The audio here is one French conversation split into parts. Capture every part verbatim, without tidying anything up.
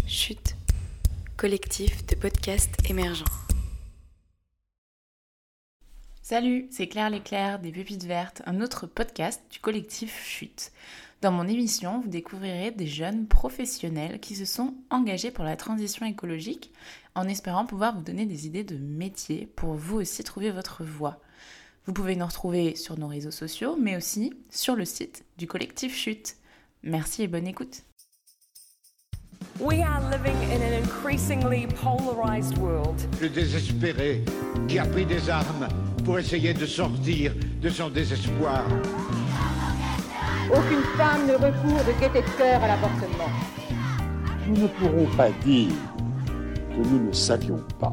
Chute, collectif de podcasts émergents. Salut, c'est Claire Leclerc des Pépites Vertes, un autre podcast du collectif Chute. Dans mon émission, vous découvrirez des jeunes professionnels qui se sont engagés pour la transition écologique en espérant pouvoir vous donner des idées de métier pour vous aussi trouver votre voie. Vous pouvez nous retrouver sur nos réseaux sociaux, mais aussi sur le site du collectif Chute. Merci et bonne écoute. We are living in an increasingly polarized world. Le désespéré qui a pris des armes pour essayer de sortir de son désespoir. Aucune femme ne recourt de gaieté de cœur à l'avortement. Nous ne pourrons pas dire que nous ne savions pas.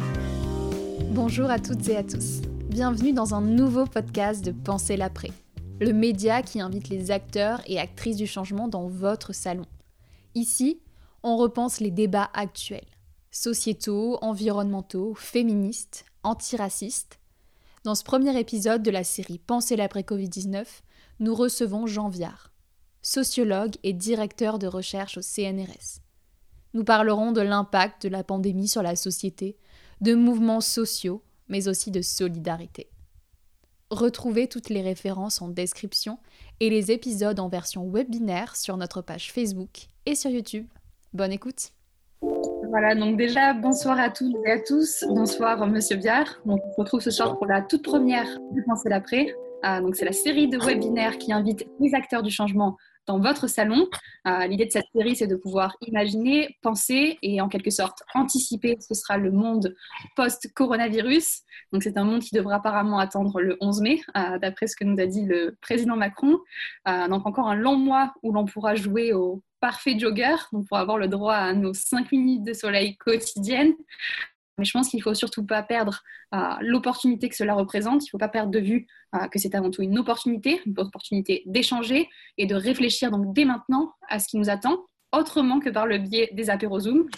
Bonjour à toutes et à tous. Bienvenue dans un nouveau podcast de Penser l'après, le média qui invite les acteurs et actrices du changement dans votre salon. Ici, on repense les débats actuels, sociétaux, environnementaux, féministes, antiracistes. Dans ce premier épisode de la série Penser l'après-covid dix-neuf, nous recevons Jean Viard, sociologue et directeur de recherche au C N R S. Nous parlerons de l'impact de la pandémie sur la société, de mouvements sociaux, mais aussi de solidarité. Retrouvez toutes les références en description et les épisodes en version webinaire sur notre page Facebook et sur YouTube. Bonne écoute. Voilà, donc déjà, bonsoir à toutes et à tous. Bonsoir, Monsieur Viard. Donc, on se retrouve ce soir pour la toute première de Penser l'après. Euh, donc, c'est la série de webinaires qui invite les acteurs du changement dans votre salon. Euh, l'idée de cette série, c'est de pouvoir imaginer, penser et en quelque sorte anticiper ce sera le monde post-coronavirus. Donc, c'est un monde qui devra apparemment attendre le onze mai, euh, d'après ce que nous a dit le président Macron. Euh, donc, encore un long mois où l'on pourra jouer au parfait jogger, donc pour avoir le droit à nos cinq minutes de soleil quotidiennes. Mais je pense qu'il ne faut surtout pas perdre euh, l'opportunité que cela représente. Il ne faut pas perdre de vue euh, que c'est avant tout une opportunité, une opportunité d'échanger et de réfléchir donc dès maintenant à ce qui nous attend, autrement que par le biais des apéros Zoom.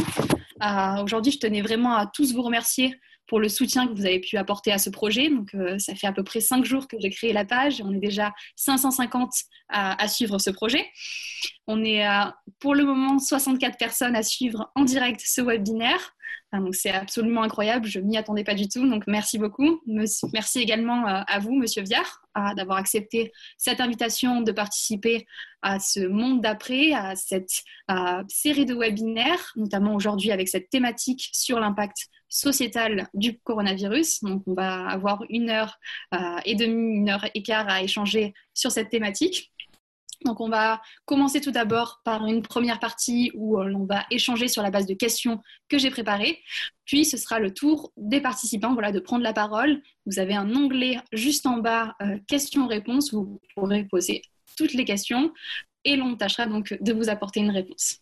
Euh, aujourd'hui, je tenais vraiment à tous vous remercier pour le soutien que vous avez pu apporter à ce projet. Donc, euh, ça fait à peu près cinq jours que j'ai créé la page. On est déjà cinq cent cinquante à, à suivre ce projet. On est à, pour le moment, soixante-quatre personnes à suivre en direct ce webinaire. Enfin, donc, c'est absolument incroyable. Je ne m'y attendais pas du tout. Donc, merci beaucoup. Merci également euh, à vous, Monsieur Viard, euh, d'avoir accepté cette invitation de participer à ce monde d'après, à cette euh, série de webinaires, notamment aujourd'hui avec cette thématique sur l'impact sociétal du coronavirus. Donc, on va avoir une heure euh, et demie, une heure et quart à échanger sur cette thématique. Donc, on va commencer tout d'abord par une première partie où on va échanger sur la base de questions que j'ai préparées. Puis, ce sera le tour des participants voilà, de prendre la parole. Vous avez un onglet juste en bas, euh, questions-réponses. Vous pourrez poser toutes les questions et l'on tâchera donc de vous apporter une réponse.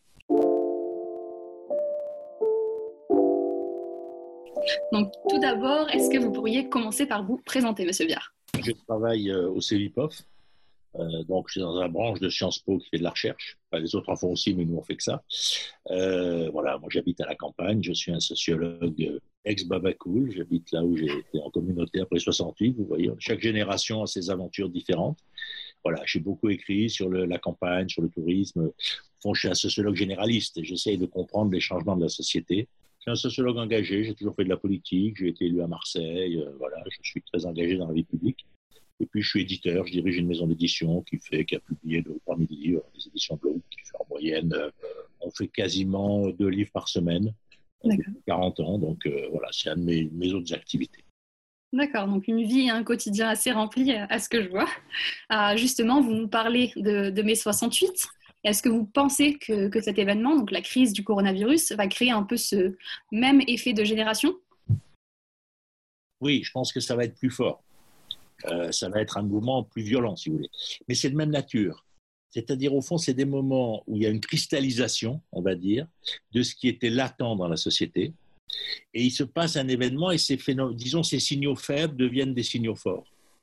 Donc, tout d'abord, est-ce que vous pourriez commencer par vous présenter, Monsieur Viard ? Je travaille euh, au C E V I P O F, euh, donc je suis dans la branche de Sciences Po qui fait de la recherche. Enfin, les autres en font aussi, mais nous on fait que ça. Euh, voilà, moi j'habite à la campagne, je suis un sociologue euh, ex-Babacool, j'habite là où j'ai été en communauté après soixante-huit, vous voyez. Chaque génération a ses aventures différentes. Voilà, j'ai beaucoup écrit sur le, la campagne, sur le tourisme. Au fond, je suis un sociologue généraliste et j'essaye de comprendre les changements de la société. Je suis un sociologue engagé, j'ai toujours fait de la politique, j'ai été élu à Marseille, euh, voilà, je suis très engagé dans la vie publique. Et puis je suis éditeur, je dirige une maison d'édition qui fait, qui a publié deux ou trois mille livres, des éditions Bleu, qui fait en moyenne, euh, on fait quasiment deux livres par semaine, depuis quarante ans, donc euh, voilà, c'est une de mes, mes autres activités. D'accord, donc une vie et un quotidien assez rempli à ce que je vois. Euh, justement, vous nous parlez de, de mai soixante-huit. Est-ce que vous pensez que, que cet événement, donc la crise du coronavirus, va créer un peu ce même effet de génération ? Oui, je pense que ça va être plus fort. Euh, ça va être un mouvement plus violent, si vous voulez. Mais c'est de même nature. C'est-à-dire, au fond, c'est des moments où il y a une cristallisation, on va dire, de ce qui était latent dans la société. Et il se passe un événement et ces phénomènes, disons, ces signaux faibles deviennent des signaux forts.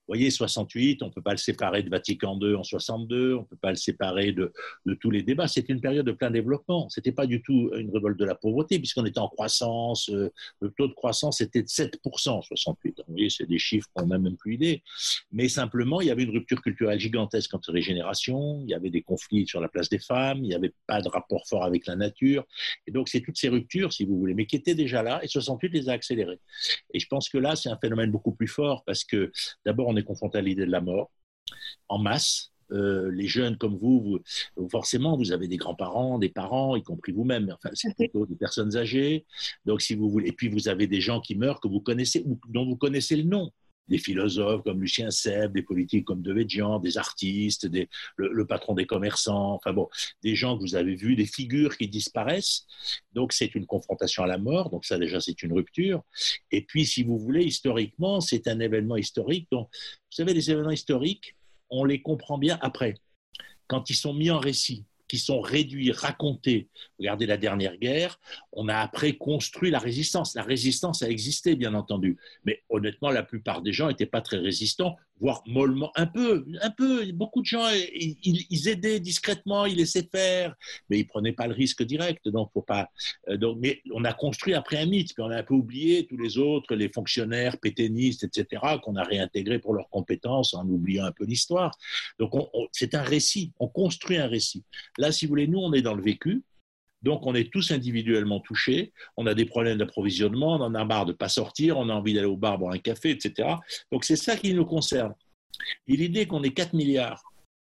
voyez, soixante-huit, on ne peut pas le séparer de Vatican deux en soixante-deux, on ne peut pas le séparer de, de tous les débats. C'était une période de plein développement. Ce n'était pas du tout une révolte de la pauvreté, puisqu'on était en croissance. Euh, le taux de croissance était de sept pour cent en soixante-huit. Vous voyez, c'est des chiffres qu'on n'a même plus idée. Mais simplement, il y avait une rupture culturelle gigantesque entre les générations. Il y avait des conflits sur la place des femmes. Il n'y avait pas de rapport fort avec la nature. Et donc, c'est toutes ces ruptures, si vous voulez, mais qui étaient déjà là. Et soixante-huit les a accélérées. Et je pense que là, c'est un phénomène beaucoup plus fort parce que, d'abord, on est confronté à l'idée de la mort en masse. Euh, les jeunes comme vous, vous, forcément, vous avez des grands-parents, des parents, y compris vous-même. Enfin, c'est plutôt des personnes âgées. Donc, si vous voulez, et puis vous avez des gens qui meurent que vous connaissez, ou dont vous connaissez le nom. Des philosophes comme Lucien Sèvres, des politiques comme Devedjian, des artistes, des, le, le patron des commerçants, enfin bon, des gens que vous avez vus, des figures qui disparaissent. Donc c'est une confrontation à la mort, donc ça déjà c'est une rupture. Et puis si vous voulez, historiquement, c'est un événement historique. Donc, vous savez, les événements historiques, on les comprend bien après, quand ils sont mis en récit, qui sont réduits, racontés. Regardez la dernière guerre, on a après construit la résistance. La résistance a existé, bien entendu, mais honnêtement, la plupart des gens n'étaient pas très résistants, voire mollement, un peu, un peu. Beaucoup de gens, ils, ils aidaient discrètement, ils laissaient faire, mais ils ne prenaient pas le risque direct. Donc, faut pas. Donc, mais on a construit après un mythe, puis on a un peu oublié tous les autres, les fonctionnaires, pétainistes, et cetera, qu'on a réintégrés pour leurs compétences en oubliant un peu l'histoire. Donc, on, on, c'est un récit, on construit un récit. Là, si vous voulez, nous, on est dans le vécu. Donc, on est tous individuellement touchés. On a des problèmes d'approvisionnement, on en a marre de ne pas sortir, on a envie d'aller au bar boire un café, et cetera. Donc, c'est ça qui nous concerne. Et l'idée qu'on ait quatre milliards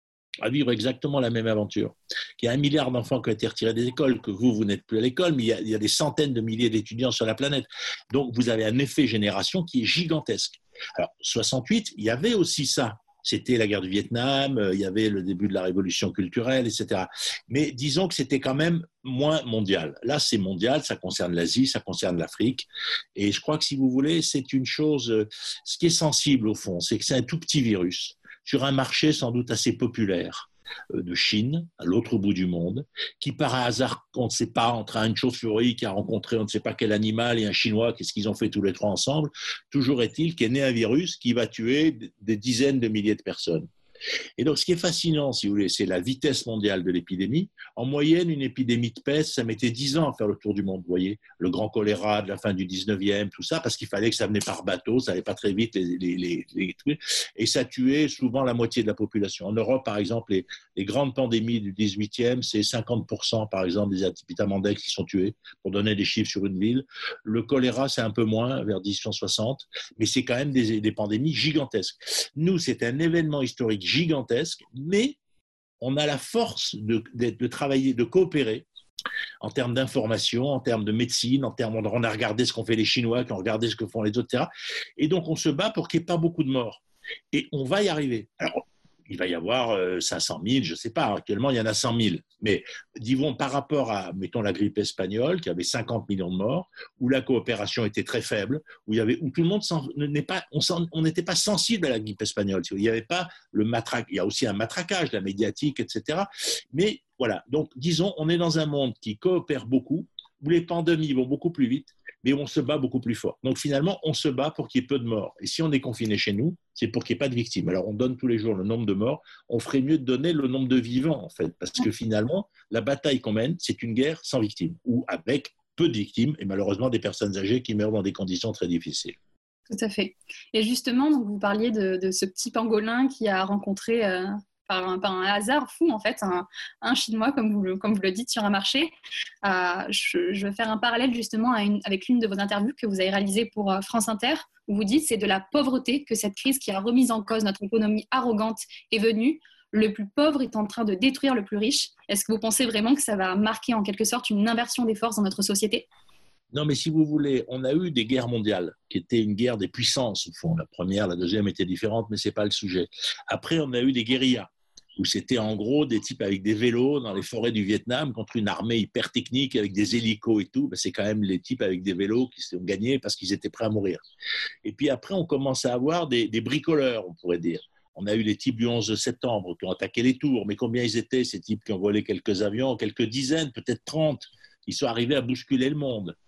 à vivre exactement la même aventure, qu'il y a un milliard d'enfants qui ont été retirés des écoles, que vous, vous n'êtes plus à l'école, mais il y a, il y a des centaines de milliers d'étudiants sur la planète. Donc, vous avez un effet génération qui est gigantesque. Alors, soixante-huit, il y avait aussi ça. C'était la guerre du Vietnam, il y avait le début de la révolution culturelle, et cetera. Mais disons que c'était quand même moins mondial. Là, c'est mondial, ça concerne l'Asie, ça concerne l'Afrique. Et je crois que si vous voulez, c'est une chose, ce qui est sensible au fond, c'est que c'est un tout petit virus sur un marché sans doute assez populaire de Chine, à l'autre bout du monde, qui par hasard, on ne sait pas, entre une chauve-souris qui a rencontré on ne sait pas quel animal et un Chinois, qu'est-ce qu'ils ont fait tous les trois ensemble, toujours est-il qu'est né un virus qui va tuer des dizaines de milliers de personnes. Et donc, ce qui est fascinant, si vous voulez, c'est la vitesse mondiale de l'épidémie. En moyenne, une épidémie de peste, ça mettait dix ans à faire le tour du monde, vous voyez. Le grand choléra de la fin du dix-neuvième, tout ça, parce qu'il fallait que ça venait par bateau, ça n'allait pas très vite, les, les, les, les trucs, et ça tuait souvent la moitié de la population. En Europe, par exemple, les, les grandes pandémies du dix-huitième, c'est cinquante pour cent, par exemple, des Atypitamandèx qui sont tués, pour donner des chiffres sur une ville. Le choléra, c'est un peu moins, vers dix-huit cent soixante, mais c'est quand même des, des pandémies gigantesques. Nous, c'est un événement historique gigantesque, mais on a la force de, de, de travailler, de coopérer en termes d'information, en termes de médecine, en termes, on a regardé ce qu'ont fait les Chinois, qui ont regardé ce que font les autres, et cetera. Et donc, on se bat pour qu'il n'y ait pas beaucoup de morts. Et on va y arriver. Alors, il va y avoir cinq cent mille, je ne sais pas, actuellement il y en a cent mille. Mais disons par rapport à, mettons, la grippe espagnole, qui avait cinquante millions de morts, où la coopération était très faible, où, il y avait, où tout le monde n'est pas, on n'était pas sensible à la grippe espagnole. Il n'y avait pas le matraque, il y a aussi un matraquage, la médiatique, et cetera. Mais voilà, donc disons, on est dans un monde qui coopère beaucoup, où les pandémies vont beaucoup plus vite, mais on se bat beaucoup plus fort. Donc finalement, on se bat pour qu'il y ait peu de morts. Et si on est confiné chez nous, c'est pour qu'il n'y ait pas de victimes. Alors on donne tous les jours le nombre de morts, on ferait mieux de donner le nombre de vivants, en fait, parce que finalement, la bataille qu'on mène, c'est une guerre sans victimes, ou avec peu de victimes, et malheureusement des personnes âgées qui meurent dans des conditions très difficiles. Tout à fait. Et justement, donc, vous parliez de, de ce petit pangolin qui a rencontré... Euh... Par un, par un hasard fou, en fait, un, un Chinois, comme vous, comme vous le dites, sur un marché. Euh, je, je vais faire un parallèle justement à une, avec l'une de vos interviews que vous avez réalisées pour euh, France Inter, où vous dites c'est de la pauvreté que cette crise qui a remis en cause notre économie arrogante est venue. Le plus pauvre est en train de détruire le plus riche. Est-ce que vous pensez vraiment que ça va marquer en quelque sorte une inversion des forces dans notre société ? Non, mais si vous voulez, on a eu des guerres mondiales, qui étaient une guerre des puissances, au fond. La première, la deuxième étaient différentes, mais ce n'est pas le sujet. Après, on a eu des guérillas, où c'était en gros des types avec des vélos dans les forêts du Vietnam contre une armée hyper technique avec des hélicos et tout. Ben, c'est quand même les types avec des vélos qui se sont gagnés parce qu'ils étaient prêts à mourir. Et puis après, on commence à avoir des, des bricoleurs, on pourrait dire. On a eu les types du onze septembre qui ont attaqué les tours. Mais combien ils étaient, ces types qui ont volé quelques avions? Quelques dizaines, peut-être trente. Ils sont arrivés à bousculer le monde.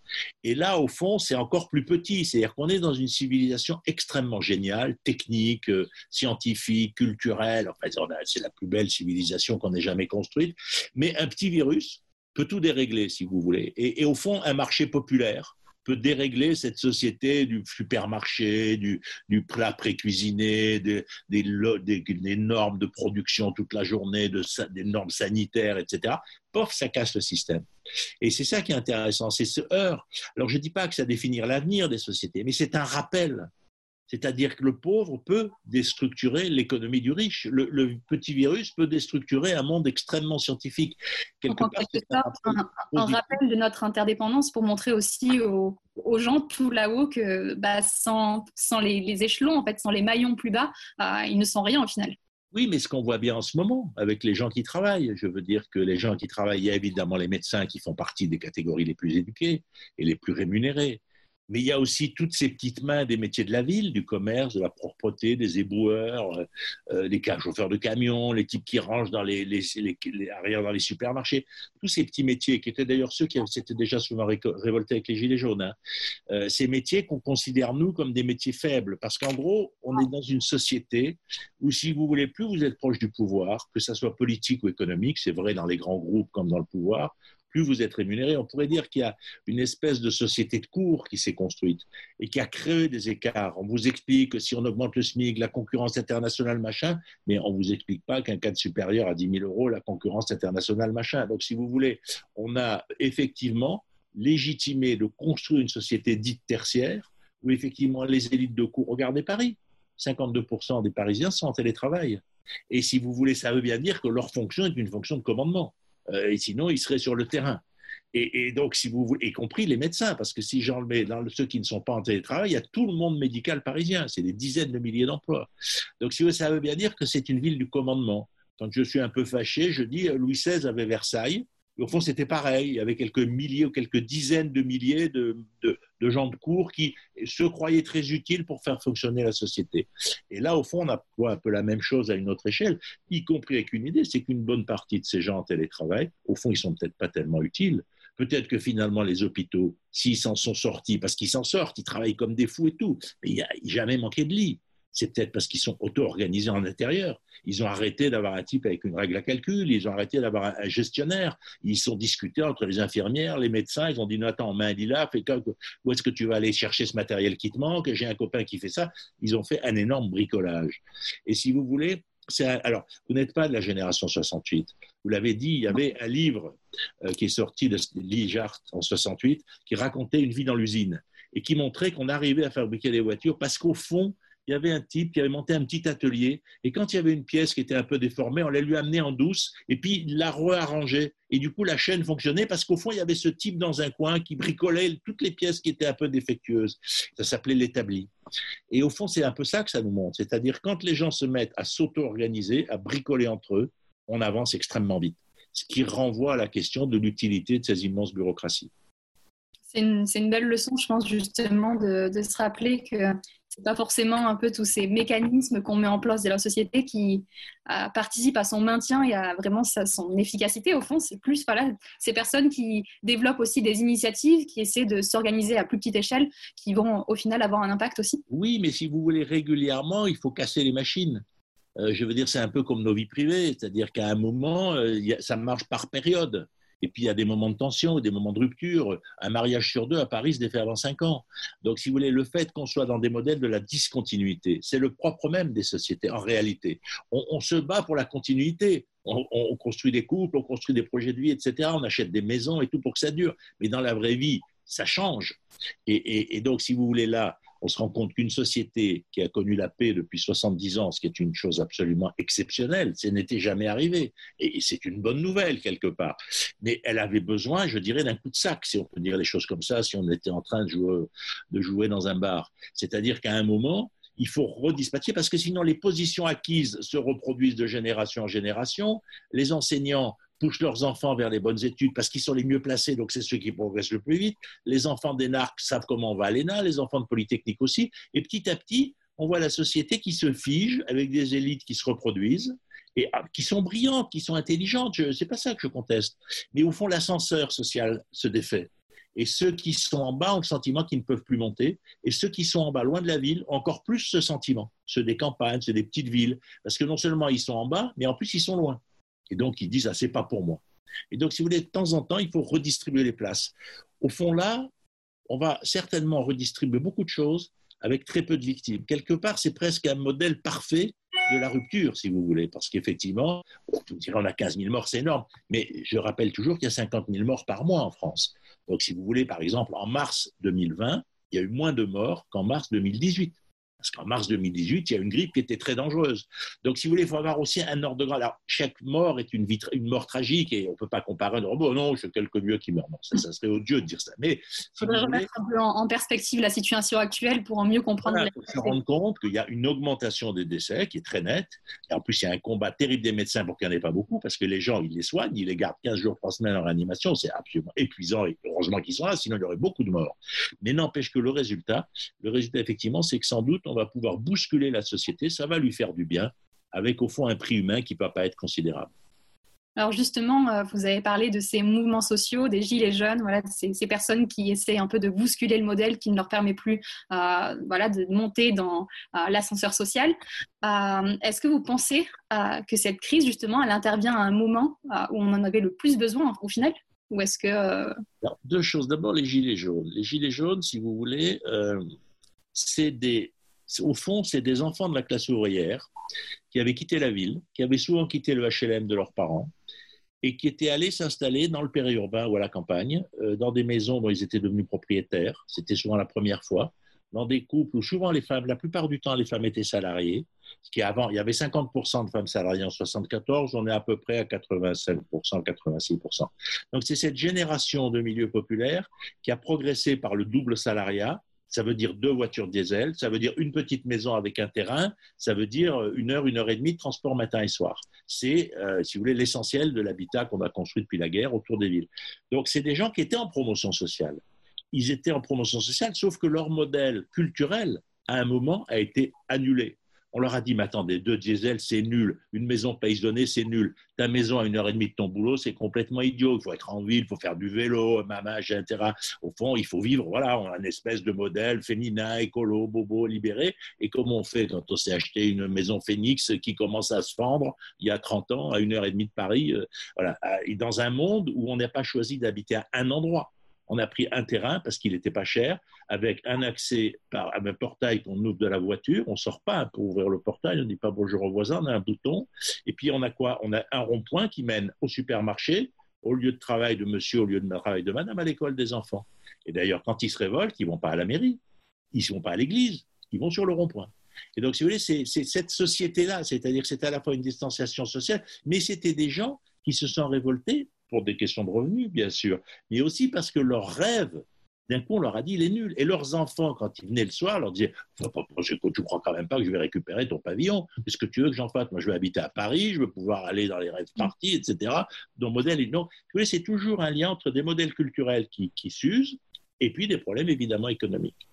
Et là, au fond, c'est encore plus petit. C'est-à-dire qu'on est dans une civilisation extrêmement géniale, technique, euh, scientifique, culturelle. En fait, c'est la plus belle civilisation qu'on ait jamais construite. Mais un petit virus peut tout dérégler, si vous voulez. Et, et au fond, un marché populaire peut dérégler cette société du supermarché, du, du plat pré-cuisiné, des, des, des, des normes de production toute la journée, de, des normes sanitaires, et cetera. Pof, ça casse le système. Et c'est ça qui est intéressant, c'est ce heurt. Alors, je ne dis pas que ça définit l'avenir des sociétés, mais c'est un rappel. C'est-à-dire que le pauvre peut déstructurer l'économie du riche. Le, le petit virus peut déstructurer un monde extrêmement scientifique. Quelque part, c'est un, un, un rappel de notre interdépendance pour montrer aussi aux, aux gens tout là-haut que bah, sans, sans les, les échelons, en fait, sans les maillons plus bas, euh, ils ne sont rien au final. Oui, mais ce qu'on voit bien en ce moment avec les gens qui travaillent, je veux dire que les gens qui travaillent, il y a évidemment les médecins qui font partie des catégories les plus éduquées et les plus rémunérées. Mais il y a aussi toutes ces petites mains des métiers de la ville, du commerce, de la propreté, des éboueurs, euh, les chauffeurs de camions, les types qui rangent dans les, les, les, les arrières dans les supermarchés. Tous ces petits métiers qui étaient d'ailleurs ceux qui s'étaient déjà souvent révoltés avec les gilets jaunes. Hein. Euh, ces métiers qu'on considère, nous, comme des métiers faibles. Parce qu'en gros, on est dans une société où, si vous voulez, plus vous êtes proche du pouvoir, que ça soit politique ou économique, c'est vrai dans les grands groupes comme dans le pouvoir, plus vous êtes rémunéré. On pourrait dire qu'il y a une espèce de société de cours qui s'est construite et qui a créé des écarts. On vous explique que si on augmente le SMIC, la concurrence internationale, machin, mais on ne vous explique pas qu'un cadre supérieur à dix mille euros, la concurrence internationale, machin. Donc, si vous voulez, on a effectivement légitimé de construire une société dite tertiaire où effectivement les élites de cours, regardez Paris, cinquante-deux pour cent des Parisiens sont en télétravail. Et si vous voulez, ça veut bien dire que leur fonction est une fonction de commandement. Euh, et sinon, ils seraient sur le terrain. Et, et donc, si vous voulez, y compris les médecins, parce que si j'en mets dans ceux qui ne sont pas en télétravail, il y a tout le monde médical parisien. C'est des dizaines de milliers d'emplois. Donc, si vous voulez, ça veut bien dire que c'est une ville du commandement. Quand je suis un peu fâché, je dis Louis seize avait Versailles. Au fond, c'était pareil. Il y avait quelques milliers ou quelques dizaines de milliers de, de, de gens de cour qui se croyaient très utiles pour faire fonctionner la société. Et là, au fond, on a un peu la même chose à une autre échelle, y compris avec une idée, c'est qu'une bonne partie de ces gens en télétravail, au fond, ils ne sont peut-être pas tellement utiles. Peut-être que finalement, les hôpitaux, s'ils s'en sont sortis, parce qu'ils s'en sortent, ils travaillent comme des fous et tout, mais il n'y a jamais manqué de lits. C'est peut-être parce qu'ils sont auto-organisés en intérieur. Ils ont arrêté d'avoir un type avec une règle à calcul, ils ont arrêté d'avoir un gestionnaire, ils sont discutés entre les infirmières, les médecins, ils ont dit « non, attends, on met un lit là, où est-ce que tu vas aller chercher ce matériel qui te manque, j'ai un copain qui fait ça ». Ils ont fait un énorme bricolage. Et si vous voulez, c'est un... alors, vous n'êtes pas de la génération soixante-huit. Vous l'avez dit, il y avait un livre euh, qui est sorti de Lee Jart en soixante-huit qui racontait une vie dans l'usine et qui montrait qu'on arrivait à fabriquer des voitures parce qu'au fond, il y avait un type qui avait monté un petit atelier et quand il y avait une pièce qui était un peu déformée, on la lui amenait en douce et puis il la réarrangeait. Et du coup, la chaîne fonctionnait parce qu'au fond, il y avait ce type dans un coin qui bricolait toutes les pièces qui étaient un peu défectueuses. Ça s'appelait l'établi. Et au fond, c'est un peu ça que ça nous montre. C'est-à-dire quand les gens se mettent à s'auto-organiser, à bricoler entre eux, on avance extrêmement vite. Ce qui renvoie à la question de l'utilité de ces immenses bureaucraties. C'est une, c'est une belle leçon, je pense, justement, de, de se rappeler que c'est pas forcément un peu tous ces mécanismes qu'on met en place dans la société qui euh, participent à son maintien et à vraiment sa, son efficacité. Au fond, c'est plus voilà, ces personnes qui développent aussi des initiatives, qui essaient de s'organiser à plus petite échelle, qui vont au final avoir un impact aussi. Oui, mais si vous voulez régulièrement, il faut casser les machines. Euh, je veux dire, c'est un peu comme nos vies privées, c'est-à-dire qu'à un moment, euh, y a, ça marche par période. Et puis, il y a des moments de tension, des moments de rupture. Un mariage sur deux à Paris se défait avant cinq ans. Donc, si vous voulez, le fait qu'on soit dans des modèles de la discontinuité, c'est le propre même des sociétés, en réalité. On, on se bat pour la continuité. On, on construit des couples, on construit des projets de vie, et cetera. On achète des maisons et tout pour que ça dure. Mais dans la vraie vie, ça change. Et, et, et donc, si vous voulez, là, on se rend compte qu'une société qui a connu la paix depuis soixante-dix ans, ce qui est une chose absolument exceptionnelle, ça n'était jamais arrivé. Et c'est une bonne nouvelle, quelque part. Mais elle avait besoin, je dirais, d'un coup de sac, si on peut dire les choses comme ça, si on était en train de jouer, de jouer dans un bar. C'est-à-dire qu'à un moment, il faut redispatcher, parce que sinon les positions acquises se reproduisent de génération en génération. Les enseignants poussent leurs enfants vers les bonnes études parce qu'ils sont les mieux placés, donc c'est ceux qui progressent le plus vite. Les enfants d'énarques savent comment on va à l'E N A, les enfants de Polytechnique aussi. Et petit à petit, on voit la société qui se fige avec des élites qui se reproduisent et qui sont brillantes, qui sont intelligentes. Ce n'est pas ça que je conteste. Mais au fond, l'ascenseur social se défait. Et ceux qui sont en bas ont le sentiment qu'ils ne peuvent plus monter. Et ceux qui sont en bas, loin de la ville, ont encore plus ce sentiment. Ceux des campagnes, ceux des petites villes. Parce que non seulement ils sont en bas, mais en plus ils sont loin. Et donc ils disent « ah, c'est pas pour moi ». Et donc, si vous voulez, de temps en temps, il faut redistribuer les places. Au fond, là, on va certainement redistribuer beaucoup de choses avec très peu de victimes. Quelque part, c'est presque un modèle parfait de la rupture, si vous voulez, parce qu'effectivement, on dirait on a quinze mille morts, c'est énorme, mais je rappelle toujours qu'il y a cinquante mille morts par mois en France. Donc, si vous voulez, par exemple, en mars deux mille vingt, il y a eu moins de morts qu'en mars deux mille dix-huit. Parce qu'en mars deux mille dix-huit, il y a une grippe qui était très dangereuse. Donc, si vous voulez, il faut avoir aussi un ordre de grandeur. Alors, chaque mort est une, vie, une mort tragique et on ne peut pas comparer. Oh, bon, non, c'est quelques mieux qui meurent. Non, ça, ça serait odieux de dire ça. Mais il faudrait remettre un peu en, en perspective la situation actuelle pour en mieux comprendre. Voilà, il faut se rendre compte qu'il y a une augmentation des décès qui est très nette. Et en plus, il y a un combat terrible des médecins pour qu'il n'y en ait pas beaucoup parce que les gens, ils les soignent, ils les gardent quinze jours, trois semaines en réanimation. C'est absolument épuisant et heureusement qu'ils sont là, sinon il y aurait beaucoup de morts. Mais n'empêche que le résultat, le résultat, effectivement, c'est que sans doute, on va pouvoir bousculer la société, ça va lui faire du bien, avec au fond un prix humain qui ne peut pas être considérable. Alors justement, vous avez parlé de ces mouvements sociaux, des gilets jaunes, voilà, ces, ces personnes qui essaient un peu de bousculer le modèle qui ne leur permet plus euh, voilà, de monter dans euh, l'ascenseur social. Euh, est-ce que vous pensez euh, que cette crise, justement, elle intervient à un moment euh, où on en avait le plus besoin au final ? Ou est-ce que... Euh... Alors, deux choses. D'abord, les gilets jaunes. Les gilets jaunes, si vous voulez, euh, c'est des... Au fond, c'est des enfants de la classe ouvrière qui avaient quitté la ville, qui avaient souvent quitté le H L M de leurs parents et qui étaient allés s'installer dans le périurbain ou à la campagne, euh, dans des maisons dont ils étaient devenus propriétaires. C'était souvent la première fois, dans des couples où souvent les femmes, la plupart du temps, les femmes étaient salariées. Ce qui avant, il y avait cinquante pour cent de femmes salariées en soixante-quatorze, on est à peu près à quatre-vingt-cinq pour cent, quatre-vingt-six pour cent. Donc c'est cette génération de milieux populaires qui a progressé par le double salariat. Ça veut dire deux voitures diesel, ça veut dire une petite maison avec un terrain, ça veut dire une heure, une heure et demie de transport matin et soir. C'est, euh, si vous voulez, l'essentiel de l'habitat qu'on a construit depuis la guerre autour des villes. Donc, c'est des gens qui étaient en promotion sociale. Ils étaient en promotion sociale, sauf que leur modèle culturel, à un moment, a été annulé. On leur a dit, mais attendez, deux diesels, c'est nul. Une maison paysonnée, c'est nul. Ta maison à une heure et demie de ton boulot, c'est complètement idiot. Il faut être en ville, il faut faire du vélo, mamage, et cetera. Au fond, il faut vivre, voilà, on a une espèce de modèle féminin, écolo, bobo, libéré. Et comment on fait quand on s'est acheté une maison Phoenix qui commence à se fendre il y a trente ans, à une heure et demie de Paris, euh, voilà. Et dans un monde où on n'a pas choisi d'habiter à un endroit. On a pris un terrain parce qu'il n'était pas cher, avec un accès par un portail qu'on ouvre de la voiture. On ne sort pas pour ouvrir le portail, on ne dit pas bonjour aux voisins, on a un bouton. Et puis on a quoi ? On a un rond-point qui mène au supermarché, au lieu de travail de monsieur, au lieu de travail de madame, à l'école des enfants. Et d'ailleurs, quand ils se révoltent, ils ne vont pas à la mairie, ils ne vont pas à l'église, ils vont sur le rond-point. Et donc, si vous voulez, c'est, c'est cette société-là, c'est-à-dire que c'était à la fois une distanciation sociale, mais c'était des gens qui se sont révoltés pour des questions de revenus, bien sûr, mais aussi parce que leur rêve, d'un coup, on leur a dit, il est nul. Et leurs enfants, quand ils venaient le soir, leur disaient, tu ne crois quand même pas que je vais récupérer ton pavillon. Qu'est-ce que tu veux que j'en fasse ? Moi, je veux habiter à Paris, je veux pouvoir aller dans les rêves parties, et cetera. Donc, modèle, donc, vous voyez, c'est toujours un lien entre des modèles culturels qui, qui s'usent et puis des problèmes, évidemment, économiques.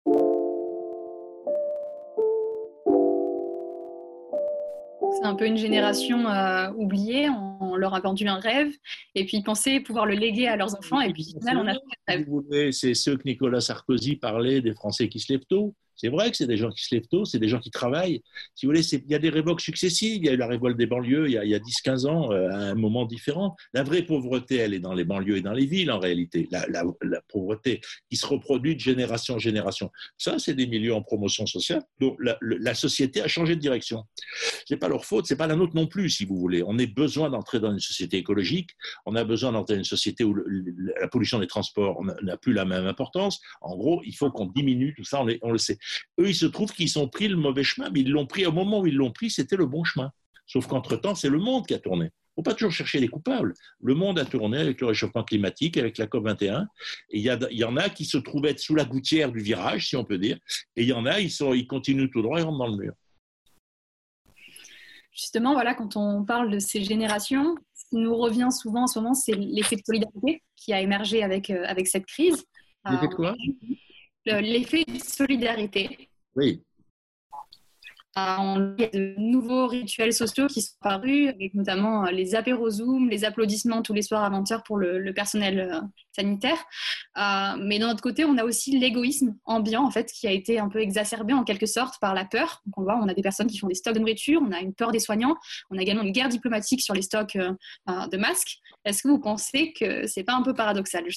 C'est un peu une génération euh, oubliée, on leur a vendu un rêve, et puis ils pensaient pouvoir le léguer à leurs enfants, et puis au final, on a fait un rêve. Vous voulez, c'est ceux que Nicolas Sarkozy parlait des Français qui se lèvent tôt. C'est vrai que c'est des gens qui se lèvent tôt, c'est des gens qui travaillent. Si vous voulez, c'est, il y a des révoltes successives. Il y a eu la révolte des banlieues il y a, il y a dix quinze ans, euh, à un moment différent. La vraie pauvreté, elle est dans les banlieues et dans les villes, en réalité. La, la, la pauvreté qui se reproduit de génération en génération. Ça, c'est des milieux en promotion sociale. Donc, la, la société a changé de direction. C'est pas leur faute, c'est pas la nôtre non plus, si vous voulez. On a besoin d'entrer dans une société écologique. On a besoin d'entrer dans une société où le, le, la pollution des transports n'a plus la même importance. En gros, il faut qu'on diminue tout ça, on, est, on le sait. Eux, il se trouve qu'ils ont pris le mauvais chemin, mais ils l'ont pris au moment où ils l'ont pris, c'était le bon chemin. Sauf qu'entre-temps, c'est le monde qui a tourné. Il ne faut pas toujours chercher les coupables. Le monde a tourné avec le réchauffement climatique, avec la COP vingt et un. Et il y, y en a qui se trouvent être sous la gouttière du virage, si on peut dire. Et il y en a, ils, sont, ils continuent tout droit et rentrent dans le mur. Justement, voilà, quand on parle de ces générations, ce qui nous revient souvent en ce moment, c'est l'effet de solidarité qui a émergé avec, euh, avec cette crise. L'effet de quoi ? L'effet de solidarité. Oui. Il y a de nouveaux rituels sociaux qui sont apparus, avec notamment les apéros Zoom, les applaudissements tous les soirs à vingt heures pour le, le personnel sanitaire. Euh, mais d'un autre côté, on a aussi l'égoïsme ambiant, en fait, qui a été un peu exacerbé en quelque sorte par la peur. Donc on voit, on a des personnes qui font des stocks de nourriture, on a une peur des soignants, on a également une guerre diplomatique sur les stocks euh, de masques. Est-ce que vous pensez que c'est pas un peu paradoxal, justement ?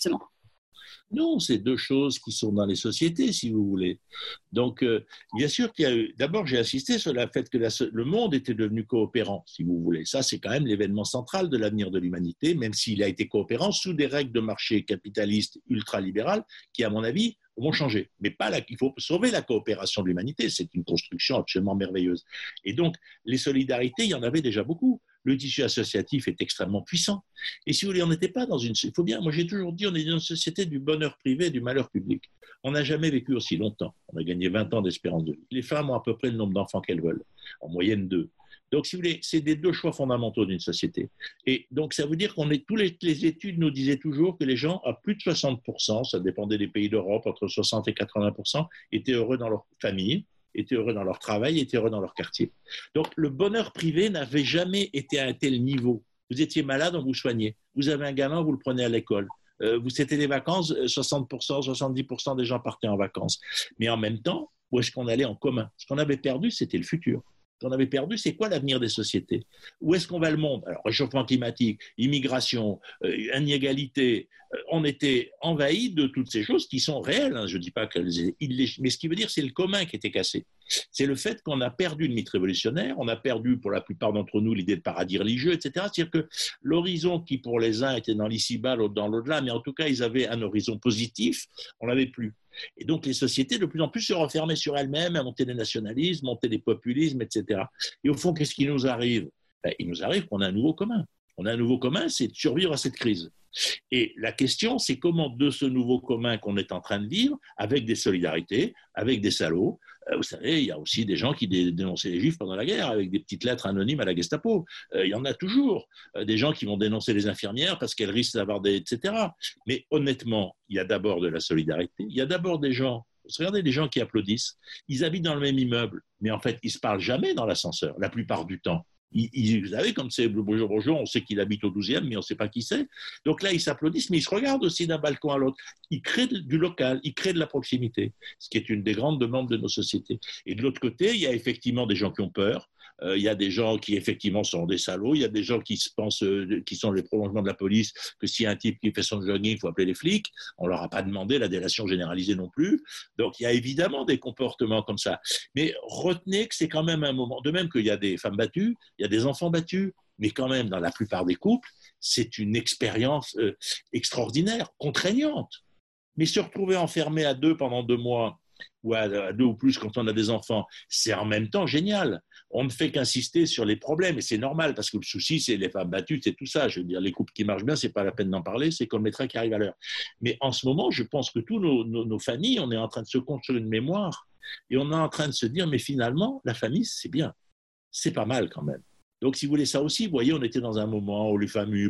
Non, c'est deux choses qui sont dans les sociétés, si vous voulez. Donc, euh, bien sûr qu'il y a eu... D'abord, j'ai insisté sur le fait que la... le monde était devenu coopérant, si vous voulez. Ça, c'est quand même l'événement central de l'avenir de l'humanité, même s'il a été coopérant sous des règles de marché capitalistes ultralibérales qui, à mon avis, vont changer. Mais pas la... il faut sauver la coopération de l'humanité. C'est une construction absolument merveilleuse. Et donc, les solidarités, il y en avait déjà beaucoup. Le tissu associatif est extrêmement puissant. Et si vous voulez, on n'était pas dans une... Il faut bien, moi j'ai toujours dit, on est dans une société du bonheur privé et du malheur public. On n'a jamais vécu aussi longtemps. On a gagné vingt ans d'espérance de vie. Les femmes ont à peu près le nombre d'enfants qu'elles veulent. En moyenne, deux. Donc, si vous voulez, c'est des deux choix fondamentaux d'une société. Et donc, ça veut dire qu'on est... Tous les, les études nous disaient toujours que les gens, à plus de soixante pour cent, ça dépendait des pays d'Europe, entre soixante et quatre-vingts pour cent, étaient heureux dans leur famille, étaient heureux dans leur travail, étaient heureux dans leur quartier. Donc, le bonheur privé n'avait jamais été à un tel niveau. Vous étiez malade, on vous soignait. Vous avez un gamin, vous le prenez à l'école. Euh, vous, c'était les vacances, soixante pour cent, soixante-dix pour cent des gens partaient en vacances. Mais en même temps, où est-ce qu'on allait en commun ? Ce qu'on avait perdu, c'était le futur. Ce qu'on avait perdu, c'est quoi l'avenir des sociétés ? Où est-ce qu'on va le monde ? Alors, réchauffement climatique, immigration, euh, inégalité, euh, on était envahi de toutes ces choses qui sont réelles. Hein. Je ne dis pas qu'elles étaient illégitimes, mais ce qui veut dire, c'est le commun qui était cassé. C'est le fait qu'on a perdu le mythe révolutionnaire, on a perdu pour la plupart d'entre nous l'idée de paradis religieux, et cetera. C'est-à-dire que l'horizon qui pour les uns était dans l'ici-bas, l'autre dans l'au-delà, mais en tout cas ils avaient un horizon positif, on l'avait plus. Et donc les sociétés de plus en plus se refermaient sur elles-mêmes, à monter des nationalismes, monter des populismes, et cetera. Et au fond, qu'est-ce qui nous arrive ? Ben, il nous arrive qu'on a un nouveau commun. On a un nouveau commun, c'est de survivre à cette crise. Et la question, c'est comment de ce nouveau commun qu'on est en train de vivre, avec des solidarités, avec des salauds, euh, vous savez, il y a aussi des gens qui dé- dénonçaient les Juifs pendant la guerre, avec des petites lettres anonymes à la Gestapo. Euh, il y en a toujours. Euh, des gens qui vont dénoncer les infirmières parce qu'elles risquent d'avoir des... et cetera. Mais honnêtement, il y a d'abord de la solidarité. Il y a d'abord des gens... Regardez les gens qui applaudissent. Ils habitent dans le même immeuble, mais en fait, ils ne se parlent jamais dans l'ascenseur, la plupart du temps. Ils, ils, vous savez, comme c'est bonjour, bonjour, on sait qu'il habite au douzième, mais on ne sait pas qui c'est. Donc là, ils s'applaudissent, mais ils se regardent aussi d'un balcon à l'autre. Ils créent du local, ils créent de la proximité, ce qui est une des grandes demandes de nos sociétés. Et de l'autre côté, il y a effectivement des gens qui ont peur. Euh, il y a des gens qui effectivement sont des salauds, il y a des gens qui se pensent, euh, qui sont les prolongements de la police, que s'il y a un type qui fait son jogging, il faut appeler les flics. On leur a pas demandé la délation généralisée non plus. Donc il y a évidemment des comportements comme ça. Mais retenez que c'est quand même un moment, de même qu'il y a des femmes battues, il y a des enfants battus, mais quand même dans la plupart des couples, c'est une expérience euh, extraordinaire, contraignante. Mais se retrouver enfermé à deux pendant deux mois, ou à deux ou plus quand on a des enfants, c'est en même temps génial. On ne fait qu'insister sur les problèmes, et c'est normal, parce que le souci, c'est les femmes battues, c'est tout ça. Je veux dire, les couples qui marchent bien, c'est pas la peine d'en parler, c'est comme les trains qui arrivent à l'heure. Mais en ce moment, je pense que tous nos, nos, nos familles, on est en train de se construire une mémoire, et on est en train de se dire, mais finalement, la famille, c'est bien. C'est pas mal quand même. Donc, si vous voulez ça aussi, vous voyez, on était dans un moment où les familles...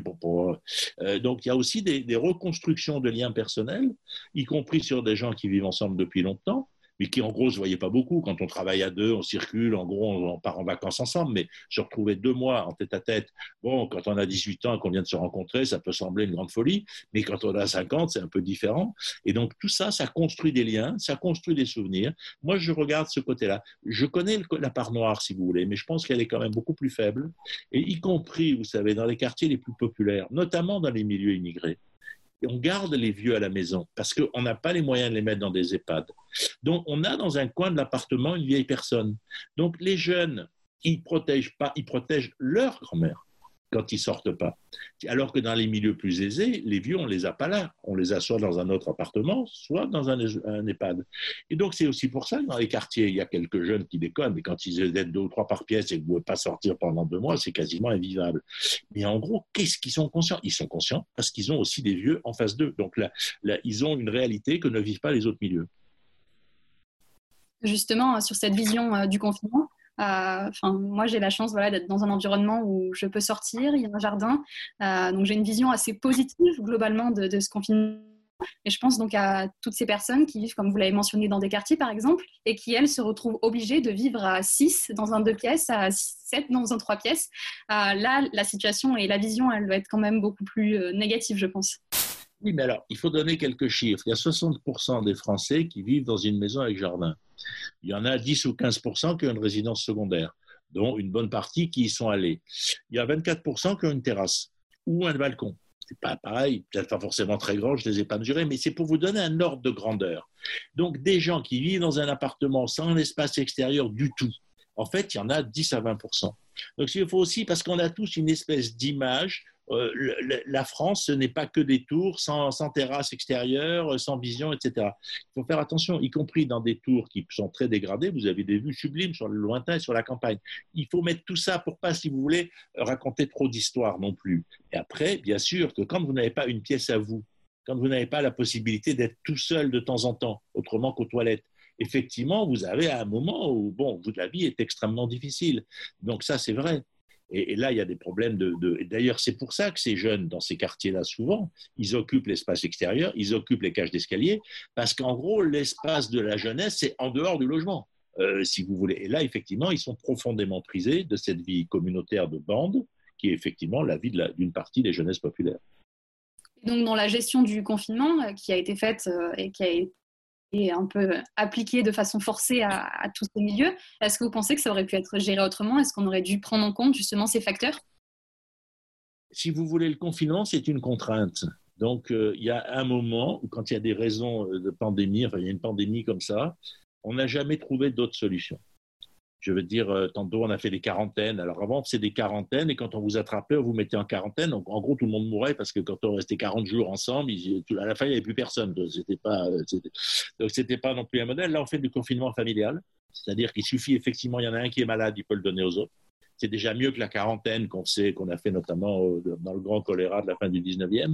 Euh, donc, il y a aussi des, des reconstructions de liens personnels, y compris sur des gens qui vivent ensemble depuis longtemps, mais qui, en gros, ne se voyaient pas beaucoup. Quand on travaille à deux, on circule, en gros, on, on part en vacances ensemble, mais se retrouver deux mois en tête-à-tête, bon, quand on a dix-huit ans et qu'on vient de se rencontrer, ça peut sembler une grande folie, mais quand on a cinquante, c'est un peu différent. Et donc, tout ça, ça construit des liens, ça construit des souvenirs. Moi, je regarde ce côté-là. Je connais le, la part noire, si vous voulez, mais je pense qu'elle est quand même beaucoup plus faible, et y compris, vous savez, dans les quartiers les plus populaires, notamment dans les milieux immigrés. Et on garde les vieux à la maison parce qu'on n'a pas les moyens de les mettre dans des EHPAD. Donc, on a dans un coin de l'appartement une vieille personne. Donc, les jeunes, ils protègent pas, ils protègent leur grand-mère quand ils sortent pas. Alors que dans les milieux plus aisés, les vieux, on les a pas là. On les a soit dans un autre appartement, soit dans un, un EHPAD. Et donc, c'est aussi pour ça que dans les quartiers, il y a quelques jeunes qui déconnent, mais quand ils êtes deux ou trois par pièce et que vous ne pouvez pas sortir pendant deux mois, c'est quasiment invivable. Mais en gros, qu'est-ce qu'ils sont conscients ? Ils sont conscients parce qu'ils ont aussi des vieux en face d'eux. Donc là, là, ils ont une réalité que ne vivent pas les autres milieux. Justement, sur cette vision euh, du confinement, Euh, moi, j'ai la chance voilà, d'être dans un environnement où je peux sortir, il y a un jardin. Euh, donc, j'ai une vision assez positive globalement de, de ce confinement Et je pense donc à toutes ces personnes qui vivent, comme vous l'avez mentionné, dans des quartiers par exemple, et qui, elles, se retrouvent obligées de vivre à six dans un deux pièces, à sept dans un trois pièces. Euh, là, la situation et la vision, elle doit être quand même beaucoup plus euh, négative, je pense. Oui, mais alors, il faut donner quelques chiffres. Il y a soixante pour cent des Français qui vivent dans une maison avec jardin. Il y en a dix ou quinze pour cent qui ont une résidence secondaire, dont une bonne partie qui y sont allés. Il y a vingt-quatre pour cent qui ont une terrasse ou un balcon. C'est pas pareil, peut-être pas forcément très grand, je ne les ai pas mesurés, mais c'est pour vous donner un ordre de grandeur. Donc, des gens qui vivent dans un appartement sans un espace extérieur du tout, en fait, il y en a dix à vingt pour cent. Donc, il faut aussi, parce qu'on a tous une espèce d'image, euh, le, la France, ce n'est pas que des tours sans, sans terrasse extérieure, sans vision, et cetera. Il faut faire attention, y compris dans des tours qui sont très dégradées, vous avez des vues sublimes sur le lointain et sur la campagne. Il faut mettre tout ça pour pas, si vous voulez, raconter trop d'histoires non plus. Et après, bien sûr, que quand vous n'avez pas une pièce à vous, quand vous n'avez pas la possibilité d'être tout seul de temps en temps, autrement qu'aux toilettes, effectivement, vous avez à un moment où, bon, la vie est extrêmement difficile. Donc ça, c'est vrai. Et, et là, il y a des problèmes de, de... D'ailleurs, c'est pour ça que ces jeunes, dans ces quartiers-là, souvent, ils occupent l'espace extérieur, ils occupent les cages d'escalier, parce qu'en gros, l'espace de la jeunesse, c'est en dehors du logement, euh, si vous voulez. Et là, effectivement, ils sont profondément prisés de cette vie communautaire de bande, qui est effectivement la vie de la, d'une partie des jeunesses populaires. Donc, dans la gestion du confinement euh, qui a été faite euh, et qui a été et un peu appliqué de façon forcée à, à tous ces milieux. Est-ce que vous pensez que ça aurait pu être géré autrement ? Est-ce qu'on aurait dû prendre en compte justement ces facteurs ? Si vous voulez, le confinement, c'est une contrainte. Donc, euh, il y a un moment où, quand il y a des raisons de pandémie, enfin, il y a une pandémie comme ça, on n'a jamais trouvé d'autres solutions. Je veux dire, euh, tantôt, on a fait des quarantaines. Alors, avant, c'est des quarantaines, et quand on vous attrapait, on vous mettait en quarantaine. Donc, en gros, tout le monde mourait, parce que quand on restait quarante jours ensemble, il, à la fin, il n'y avait plus personne. C'était pas, c'était, donc, c'était pas non plus un modèle. Là, on fait du confinement familial. C'est-à-dire qu'il suffit, effectivement, il y en a un qui est malade, il peut le donner aux autres. C'est déjà mieux que la quarantaine qu'on sait, qu'on a fait notamment dans le grand choléra de la fin du dix-neuvième.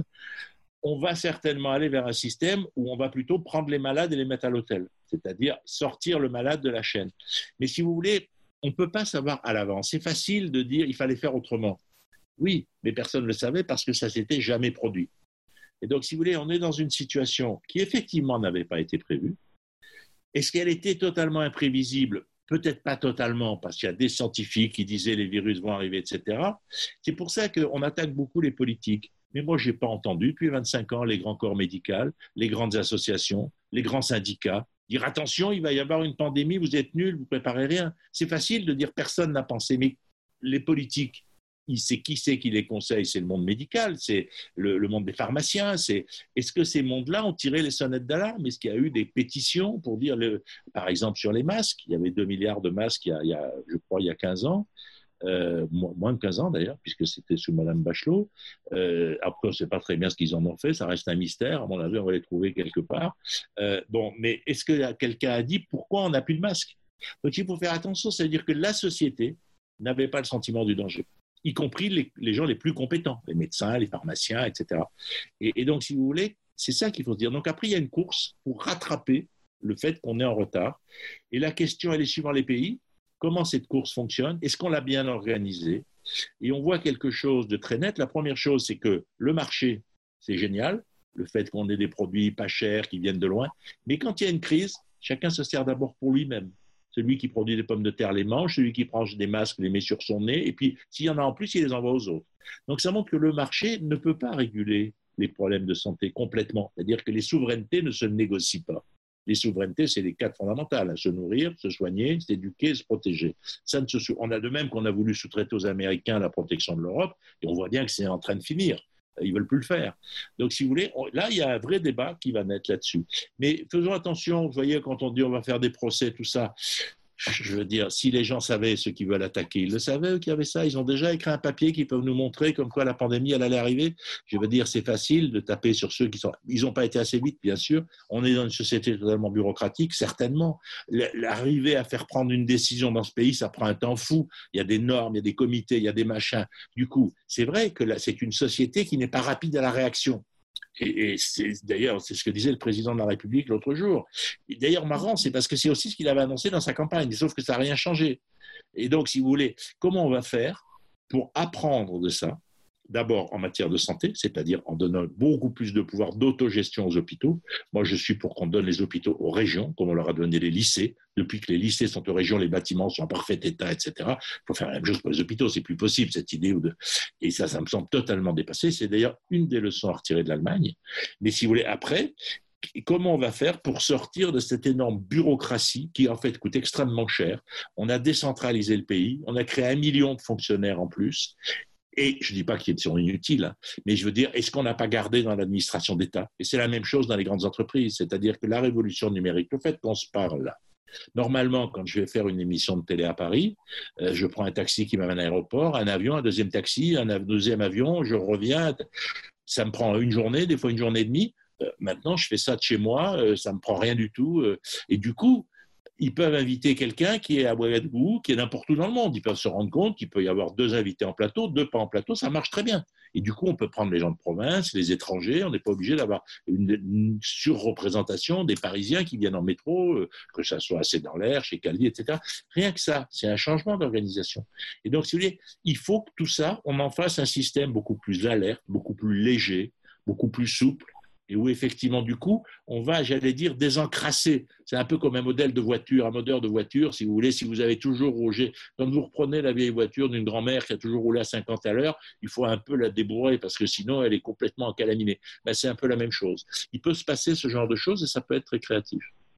On va certainement aller vers un système où on va plutôt prendre les malades et les mettre à l'hôtel, c'est-à-dire sortir le malade de la chaîne. Mais si vous voulez, on ne peut pas savoir à l'avance. C'est facile de dire il fallait faire autrement. Oui, mais personne ne le savait parce que ça ne s'était jamais produit. Et donc, si vous voulez, on est dans une situation qui effectivement n'avait pas été prévue. Est-ce qu'elle était totalement imprévisible ? Peut-être pas totalement, parce qu'il y a des scientifiques qui disaient les virus vont arriver, et cetera. C'est pour ça qu'on attaque beaucoup les politiques. Mais moi, je n'ai pas entendu depuis vingt-cinq ans les grands corps médicaux, les grandes associations, les grands syndicats dire attention, il va y avoir une pandémie, vous êtes nuls, vous ne préparez rien. C'est facile de dire personne n'a pensé, mais les politiques, c'est qui c'est qui les conseille ? C'est le monde médical, c'est le, le monde des pharmaciens. C'est, est-ce que ces mondes-là ont tiré les sonnettes d'alarme ? Est-ce qu'il y a eu des pétitions pour dire, le, par exemple, sur les masques ? Il y avait deux milliards de masques, il y a, il y a, je crois, il y a quinze ans. Euh, moins de quinze ans d'ailleurs, puisque c'était sous Madame Bachelot. Euh, après, on ne sait pas très bien ce qu'ils en ont fait, ça reste un mystère. À mon avis, on va les trouver quelque part. Euh, bon, mais est-ce que quelqu'un a dit pourquoi on n'a plus de masques ? Donc, il faut faire attention, c'est-à-dire que la société n'avait pas le sentiment du danger, y compris les, les gens les plus compétents, les médecins, les pharmaciens, et cetera. Et, et donc, si vous voulez, c'est ça qu'il faut se dire. Donc, après, il y a une course pour rattraper le fait qu'on est en retard. Et la question, elle est suivant les pays. Comment cette course fonctionne ? Est-ce qu'on l'a bien organisée ? Et on voit quelque chose de très net. La première chose, c'est que le marché, c'est génial, le fait qu'on ait des produits pas chers qui viennent de loin. Mais quand il y a une crise, chacun se sert d'abord pour lui-même. Celui qui produit des pommes de terre les mange, celui qui prend des masques les met sur son nez, et puis s'il y en a en plus, il les envoie aux autres. Donc ça montre que le marché ne peut pas réguler les problèmes de santé complètement. C'est-à-dire que les souverainetés ne se négocient pas. Les souverainetés, c'est les quatre fondamentales, hein, se nourrir, se soigner, s'éduquer, se protéger. Ça ne se sou... On a de même qu'on a voulu sous-traiter aux Américains la protection de l'Europe, et on voit bien que c'est en train de finir. Ils ne veulent plus le faire. Donc, si vous voulez, on... là, il y a un vrai débat qui va naître là-dessus. Mais faisons attention, vous voyez, quand on dit on va faire des procès, tout ça, je veux dire, si les gens savaient ceux qui veulent attaquer, ils le savaient, eux, qui avaient ça. Ils ont déjà écrit un papier qui peuvent nous montrer comme quoi la pandémie, elle allait arriver. Je veux dire, c'est facile de taper sur ceux qui sont... Ils n'ont pas été assez vite, bien sûr. On est dans une société totalement bureaucratique, certainement. L'arriver à faire prendre une décision dans ce pays, ça prend un temps fou. Il y a des normes, il y a des comités, il y a des machins. Du coup, c'est vrai que là, c'est une société qui n'est pas rapide à la réaction. Et, et c'est, d'ailleurs, c'est ce que disait le président de la République l'autre jour. Et d'ailleurs, marrant, c'est parce que c'est aussi ce qu'il avait annoncé dans sa campagne, sauf que ça n'a rien changé. Et donc, si vous voulez, comment on va faire pour apprendre de ça D'abord en matière de santé, c'est-à-dire en donnant beaucoup plus de pouvoir d'autogestion aux hôpitaux. Moi, je suis pour qu'on donne les hôpitaux aux régions, comme on leur a donné les lycées. Depuis que les lycées sont aux régions, les bâtiments sont en parfait état, et cetera. Il faut faire la même chose pour les hôpitaux, c'est plus possible cette idée. De... Et ça, ça me semble totalement dépassé. C'est d'ailleurs une des leçons à retirer de l'Allemagne. Mais si vous voulez, après, comment on va faire pour sortir de cette énorme bureaucratie qui, en fait, coûte extrêmement cher? On a décentralisé le pays, on a créé un million de fonctionnaires en plus. Et je ne dis pas qu'ils sont inutiles, hein, mais je veux dire, est-ce qu'on n'a pas gardé dans l'administration d'État? Et c'est la même chose dans les grandes entreprises, c'est-à-dire que la révolution numérique, le fait qu'on se parle là, normalement, quand je vais faire une émission de télé à Paris, euh, je prends un taxi qui m'amène à l'aéroport, un avion, un deuxième taxi, un deuxième avion, je reviens, ça me prend une journée, des fois une journée et demie. Euh, maintenant, je fais ça de chez moi, euh, ça ne me prend rien du tout. Euh, et du coup, ils peuvent inviter quelqu'un qui est à Ouagadougou, qui est n'importe où dans le monde. Ils peuvent se rendre compte qu'il peut y avoir deux invités en plateau, deux pas en plateau, ça marche très bien. Et du coup, on peut prendre les gens de province, les étrangers, on n'est pas obligé d'avoir une, une surreprésentation des Parisiens qui viennent en métro, euh, que ça soit assez dans l'air, chez Calvi, et cetera. Rien que ça, c'est un changement d'organisation. Et donc, si vous voulez, il faut que tout ça, on en fasse un système beaucoup plus alerte, beaucoup plus léger, beaucoup plus souple, et où effectivement, du coup, on va, j'allais dire, désencrasser. C'est un peu comme un modèle de voiture, un moteur de voiture, si vous voulez, si vous avez toujours rougé. Quand vous reprenez la vieille voiture d'une grand-mère qui a toujours roulé à cinquante à l'heure, il faut un peu la débourrer parce que sinon, elle est complètement encalaminée. Ben, c'est un peu la même chose. Il peut se passer ce genre de choses et ça peut être très créatif.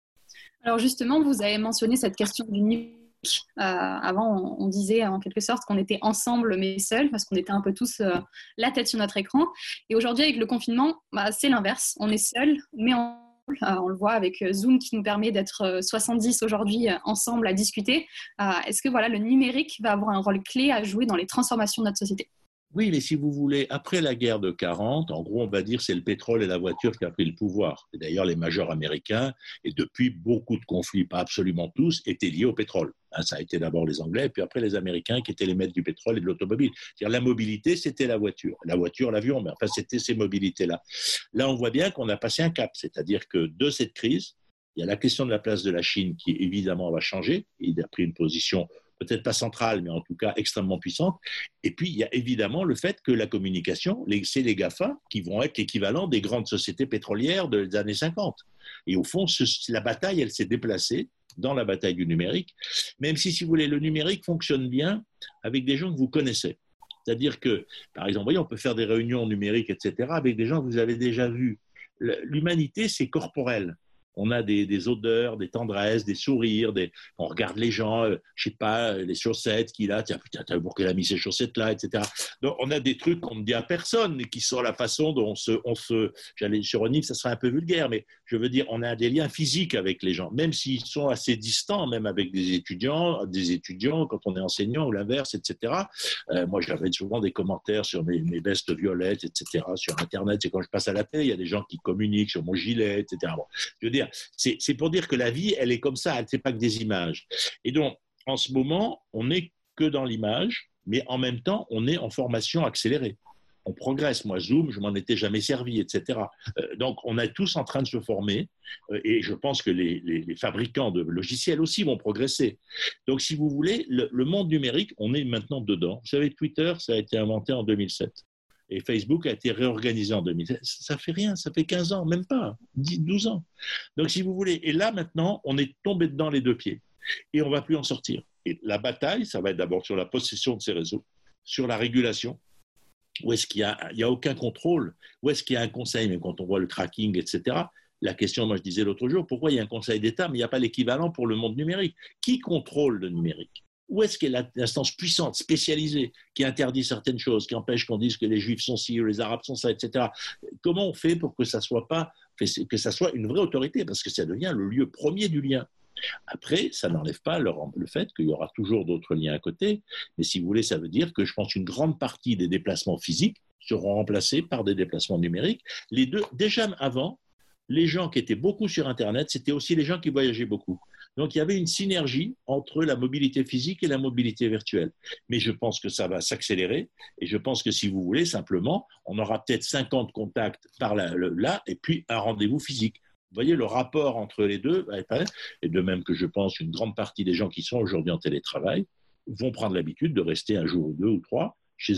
Alors justement, vous avez mentionné cette question du numérique. Euh, avant, on, on disait en quelque sorte qu'on était ensemble mais seuls parce qu'on était un peu tous euh, la tête sur notre écran. Et aujourd'hui, avec le confinement, bah, c'est l'inverse. On est seuls mais ensemble. Euh, on le voit avec Zoom qui nous permet d'être soixante-dix aujourd'hui euh, ensemble à discuter. Euh, est-ce que voilà, le numérique va avoir un rôle clé à jouer dans les transformations de notre société? Oui, mais si vous voulez, après la guerre de quarante, en gros, on va dire c'est le pétrole et la voiture qui a pris le pouvoir. Et d'ailleurs, les majors américains, et depuis beaucoup de conflits, pas absolument tous, étaient liés au pétrole. Hein, ça a été d'abord les Anglais, puis après les Américains qui étaient les maîtres du pétrole et de l'automobile. C'est-à-dire la mobilité, c'était la voiture. La voiture, l'avion, mais enfin, c'était ces mobilités-là. Là, on voit bien qu'on a passé un cap. C'est-à-dire que de cette crise, il y a la question de la place de la Chine qui, évidemment, va changer. Il a pris une position peut-être pas centrale, mais en tout cas extrêmement puissante. Et puis, il y a évidemment le fait que la communication, c'est les GAFA qui vont être l'équivalent des grandes sociétés pétrolières des années cinquante. Et au fond, ce, la bataille, elle s'est déplacée dans la bataille du numérique, même si, si vous voulez, le numérique fonctionne bien avec des gens que vous connaissez. C'est-à-dire que, par exemple, voyez, on peut faire des réunions numériques, et cetera, avec des gens que vous avez déjà vus. L'humanité, c'est corporel. On a des, des odeurs, des tendresses, des sourires, des... on regarde les gens, euh, je ne sais pas, les chaussettes qu'il a, tiens, putain, t'as pourquoi il a mis ces chaussettes-là, et cetera. Donc, on a des trucs qu'on ne dit à personne et qui sont la façon dont on se... On se j'allais sur Onif, ça serait un peu vulgaire, mais je veux dire, on a des liens physiques avec les gens, même s'ils sont assez distants, même avec des étudiants, des étudiants quand on est enseignant ou l'inverse, et cetera. Euh, moi, j'avais souvent des commentaires sur mes, mes vestes violettes, et cetera, sur Internet. C'est quand je passe à la télé, il y a des gens qui communiquent sur mon gilet, et cetera. Bon, je veux dire, C'est, c'est pour dire que la vie, elle est comme ça, elle n'est pas que des images. Et donc, en ce moment, on n'est que dans l'image, mais en même temps, on est en formation accélérée. On progresse. Moi, Zoom, je m'en étais jamais servi, et cetera. Euh, donc, on est tous en train de se former, euh, et je pense que les, les, les fabricants de logiciels aussi vont progresser. Donc, si vous voulez, le, le monde numérique, on est maintenant dedans. Vous savez, Twitter, ça a été inventé en deux mille sept. Et Facebook a été réorganisé en deux mille sept. Ça fait rien, ça fait quinze ans, même pas, dix, douze ans. Donc, si vous voulez, et là, maintenant, on est tombé dedans les deux pieds. Et on ne va plus en sortir. Et la bataille, ça va être d'abord sur la possession de ces réseaux, sur la régulation. Où est-ce qu'il y a, il y a aucun contrôle? Où est-ce qu'il y a un conseil? Même quand on voit le tracking, et cetera. La question, moi, je disais l'autre jour, pourquoi il y a un conseil d'État, mais il n'y a pas l'équivalent pour le monde numérique? Qui contrôle le numérique? Où est-ce qu'il y a l'instance puissante, spécialisée, qui interdit certaines choses, qui empêche qu'on dise que les Juifs sont ci ou les Arabes sont ça, et cetera. Comment on fait pour que ça soit pas, que ça soit une vraie autorité? Parce que ça devient le lieu premier du lien. Après, ça n'enlève pas le, le fait qu'il y aura toujours d'autres liens à côté. Mais si vous voulez, ça veut dire que je pense qu'une grande partie des déplacements physiques seront remplacés par des déplacements numériques. Les deux, déjà avant, les gens qui étaient beaucoup sur Internet, c'était aussi les gens qui voyageaient beaucoup. Donc, il y avait une synergie entre la mobilité physique et la mobilité virtuelle. Mais je pense que ça va s'accélérer et je pense que si vous voulez, simplement, on aura peut-être cinquante contacts par là, là et puis un rendez-vous physique. Vous voyez, le rapport entre les deux, et de même que je pense une grande partie des gens qui sont aujourd'hui en télétravail vont prendre l'habitude de rester un jour ou deux ou trois chez eux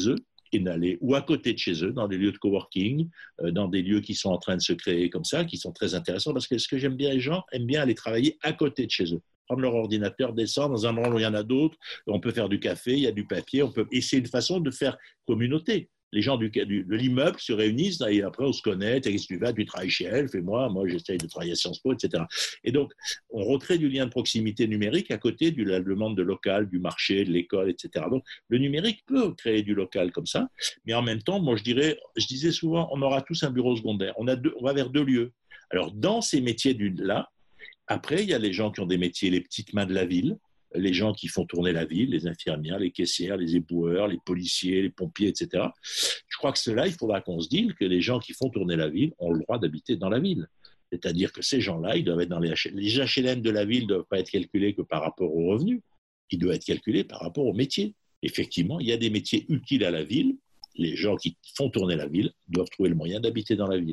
et d'aller ou à côté de chez eux, dans des lieux de coworking, euh, dans des lieux qui sont en train de se créer comme ça, qui sont très intéressants, parce que ce que j'aime bien, les gens aiment bien aller travailler à côté de chez eux. Prendre leur ordinateur, descendre dans un endroit où il y en a d'autres, on peut faire du café, il y a du papier, on peut... et c'est une façon de faire communauté. Les gens du, du, de l'immeuble se réunissent et après on se connaît, qu'est-ce que tu vas, tu travailles chez elle, fais-moi, moi j'essaye de travailler à Sciences Po, et cetera. Et donc on recrée du lien de proximité numérique à côté du demande de local, du marché, de l'école, et cetera. Donc le numérique peut créer du local comme ça, mais en même temps, moi je dirais, je disais souvent, on aura tous un bureau secondaire, on, a deux, on va vers deux lieux. Alors dans ces métiers-là, après il y a les gens qui ont des métiers, les petites mains de la ville, les gens qui font tourner la ville, les infirmières, les caissières, les éboueurs, les policiers, les pompiers, et cetera. Je crois que cela, il faudra qu'on se dise que les gens qui font tourner la ville ont le droit d'habiter dans la ville. C'est-à-dire que ces gens-là, ils doivent être dans les H L M. Les H L M de la ville ne doivent pas être calculés que par rapport aux revenus. Ils doivent être calculés par rapport aux métiers. Effectivement, il y a des métiers utiles à la ville. Les gens qui font tourner la ville doivent trouver le moyen d'habiter dans la ville.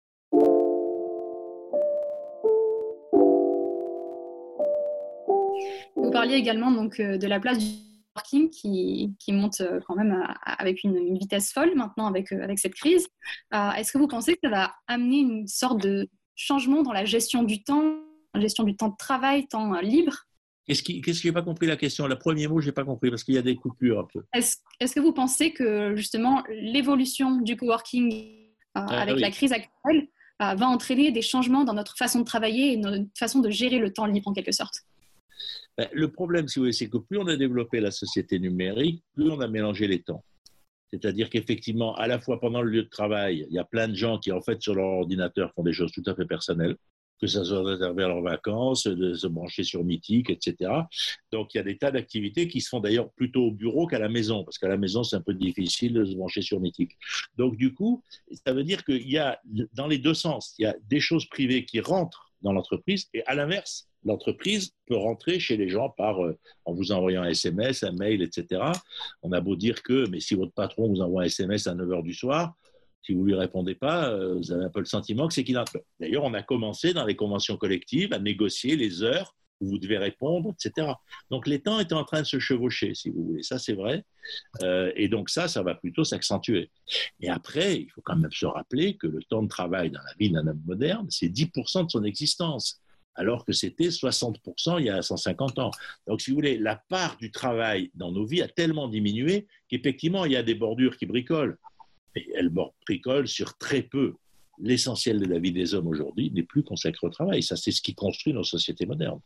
Vous parliez également donc, de la place du coworking qui, qui monte quand même à, avec une, une vitesse folle maintenant avec, avec cette crise. Euh, est-ce que vous pensez que ça va amener une sorte de changement dans la gestion du temps, la gestion du temps de travail, temps libre ? Qu'est-ce qui, qu'est-ce que je n'ai pas compris la question ? Le premier mot, je n'ai pas compris parce qu'il y a des coupures un peu. Est-ce, est-ce que vous pensez que justement l'évolution du coworking euh, ah, avec oui. la crise actuelle euh, va entraîner des changements dans notre façon de travailler et notre façon de gérer le temps libre en quelque sorte ? Le problème, si vous voulez, c'est que plus on a développé la société numérique, plus on a mélangé les temps. C'est-à-dire qu'effectivement, à la fois pendant le lieu de travail, il y a plein de gens qui, en fait, sur leur ordinateur, font des choses tout à fait personnelles, que ça soit réservé à leurs vacances, de se brancher sur Mythique, et cetera. Donc, il y a des tas d'activités qui se font d'ailleurs plutôt au bureau qu'à la maison, parce qu'à la maison, c'est un peu difficile de se brancher sur Mythique. Donc, du coup, ça veut dire qu'il y a, dans les deux sens, il y a des choses privées qui rentrent dans l'entreprise, et à l'inverse, l'entreprise peut rentrer chez les gens par, euh, en vous envoyant un S M S, un mail, et cetera. On a beau dire que, mais si votre patron vous envoie un S M S à neuf heures du soir, si vous ne lui répondez pas, euh, vous avez un peu le sentiment que c'est qu'il entre. D'ailleurs, on a commencé dans les conventions collectives à négocier les heures où vous devez répondre, et cetera. Donc, les temps étaient en train de se chevaucher, si vous voulez. Ça, c'est vrai. Euh, et donc, ça, ça va plutôt s'accentuer. Et après, il faut quand même se rappeler que le temps de travail dans la vie d'un homme moderne, c'est dix pour cent de son existence, alors que c'était soixante pour cent il y a cent cinquante ans. Donc, si vous voulez, la part du travail dans nos vies a tellement diminué qu'effectivement, il y a des bordures qui bricolent. Mais elles bricolent sur très peu. L'essentiel de la vie des hommes aujourd'hui n'est plus consacré au travail. Ça, c'est ce qui construit nos sociétés modernes.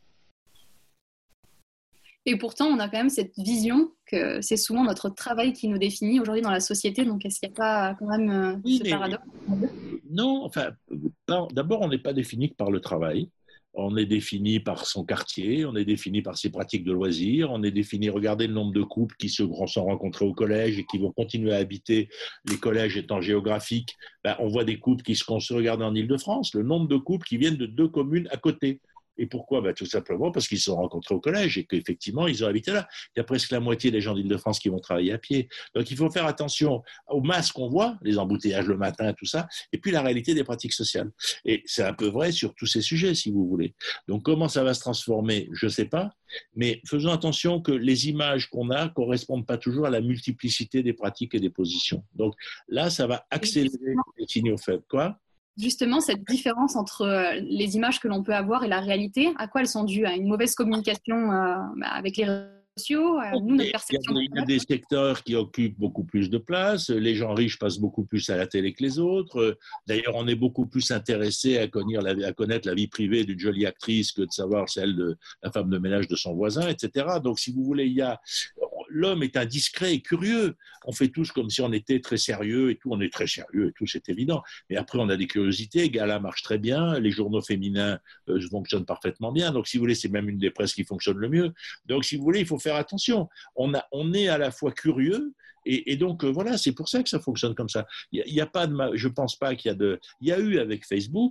Et pourtant, on a quand même cette vision que c'est souvent notre travail qui nous définit aujourd'hui dans la société. Donc, est-ce qu'il n'y a pas quand même euh, oui, ce paradoxe ? Non, enfin, d'abord, on n'est pas défini que par le travail. On est défini par son quartier, on est défini par ses pratiques de loisirs, on est défini, regardez le nombre de couples qui se sont rencontrés au collège et qui vont continuer à habiter les collèges étant géographiques. Ben, on voit des couples qui se, se regardent en Île-de-France, le nombre de couples qui viennent de deux communes à côté. Et pourquoi ? Ben, tout simplement parce qu'ils se sont rencontrés au collège et qu'effectivement, ils ont habité là. Il y a presque la moitié des gens d'Île-de-France qui vont travailler à pied. Donc, il faut faire attention aux masses qu'on voit, les embouteillages le matin, tout ça, et puis la réalité des pratiques sociales. Et c'est un peu vrai sur tous ces sujets, si vous voulez. Donc, comment ça va se transformer ? Je ne sais pas. Mais faisons attention que les images qu'on a ne correspondent pas toujours à la multiplicité des pratiques et des positions. Donc, là, ça va accélérer les signaux faibles. Quoi ? Justement, cette différence entre les images que l'on peut avoir et la réalité, à quoi elles sont dues ? À une mauvaise communication euh, avec les réseaux sociaux, à nous, notre perception. Il y a des secteurs qui occupent beaucoup plus de place, les gens riches passent beaucoup plus à la télé que les autres. D'ailleurs, on est beaucoup plus intéressé à connaître la, à connaître la vie privée d'une jolie actrice que de savoir celle de la femme de ménage de son voisin, et cetera. Donc, si vous voulez, il y a... L'homme est indiscret et curieux. On fait tous comme si on était très sérieux et tout. On est très sérieux et tout, c'est évident. Mais après, on a des curiosités. Gala marche très bien. Les journaux féminins euh, fonctionnent parfaitement bien. Donc, si vous voulez, c'est même une des presses qui fonctionne le mieux. Donc, si vous voulez, il faut faire attention. On, a, on est à la fois curieux et, et donc, euh, voilà, c'est pour ça que ça fonctionne comme ça. Il y a, il y a pas de, je ne pense pas qu'il y a de... Il y a eu avec Facebook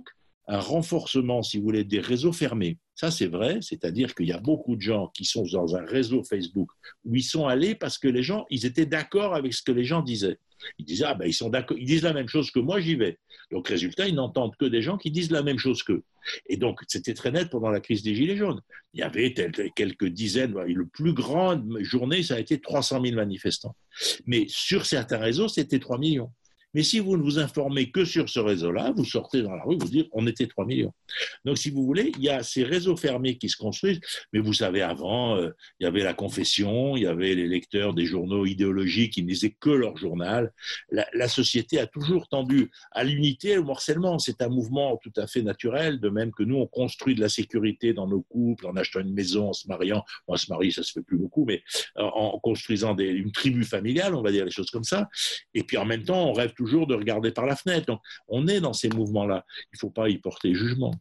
un renforcement, si vous voulez, des réseaux fermés. Ça, c'est vrai, c'est-à-dire qu'il y a beaucoup de gens qui sont dans un réseau Facebook où ils sont allés parce que les gens, ils étaient d'accord avec ce que les gens disaient. Ils disaient, ah ben, ils sont d'accord, ils disent la même chose que moi, j'y vais. Donc, résultat, ils n'entendent que des gens qui disent la même chose qu'eux. Et donc, c'était très net pendant la crise des Gilets jaunes. Il y avait tel, quelques dizaines, le plus grande journée, ça a été trois cent mille manifestants. Mais sur certains réseaux, c'était trois millions. Mais si vous ne vous informez que sur ce réseau-là, vous sortez dans la rue, vous dites on était trois millions. Donc, si vous voulez, il y a ces réseaux fermés qui se construisent. Mais vous savez, avant, euh, il y avait la Confession, il y avait les lecteurs des journaux idéologiques qui ne lisaient que leur journal. La, la société a toujours tendu à l'unité et au morcellement. C'est un mouvement tout à fait naturel, de même que nous, on construit de la sécurité dans nos couples en achetant une maison, en se mariant. On se marie, ça se fait plus beaucoup, mais en construisant des, une tribu familiale, on va dire les choses comme ça. Et puis, en même temps, on rêve toujours toujours de regarder par la fenêtre. Donc, on est dans ces mouvements-là. Il ne faut pas y porter jugement.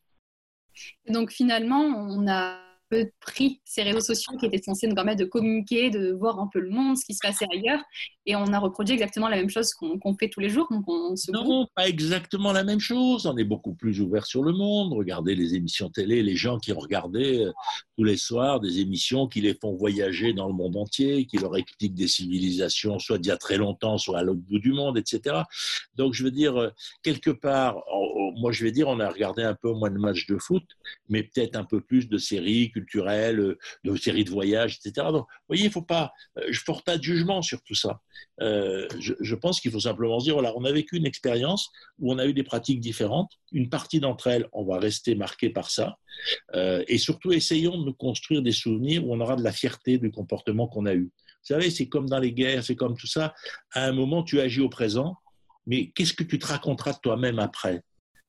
Donc, finalement, on a peu pris ces réseaux sociaux qui étaient censés nous permettre de communiquer, de voir un peu le monde, ce qui se passait ailleurs, et on a reproduit exactement la même chose qu'on, qu'on fait tous les jours. Donc on se non, groupe. Pas exactement la même chose. On est beaucoup plus ouvert sur le monde. Regardez les émissions télé, les gens qui regardaient euh, tous les soirs des émissions qui les font voyager dans le monde entier, qui leur expliquent des civilisations, soit d'il y a très longtemps, soit à l'autre bout du monde, et cetera. Donc je veux dire, euh, quelque part, oh, oh, moi je vais dire, on a regardé un peu moins de matchs de foot, mais peut-être un peu plus de séries culturelles, de séries de voyages, et cetera. Donc, vous voyez, il ne faut pas, je ne porte pas de jugement sur tout ça. Euh, je, je pense qu'il faut simplement se dire, voilà, on a vécu une expérience où on a eu des pratiques différentes. Une partie d'entre elles, on va rester marqué par ça. Euh, et surtout, essayons de nous construire des souvenirs où on aura de la fierté du comportement qu'on a eu. Vous savez, c'est comme dans les guerres, c'est comme tout ça. À un moment, tu agis au présent, mais qu'est-ce que tu te raconteras de toi-même après ?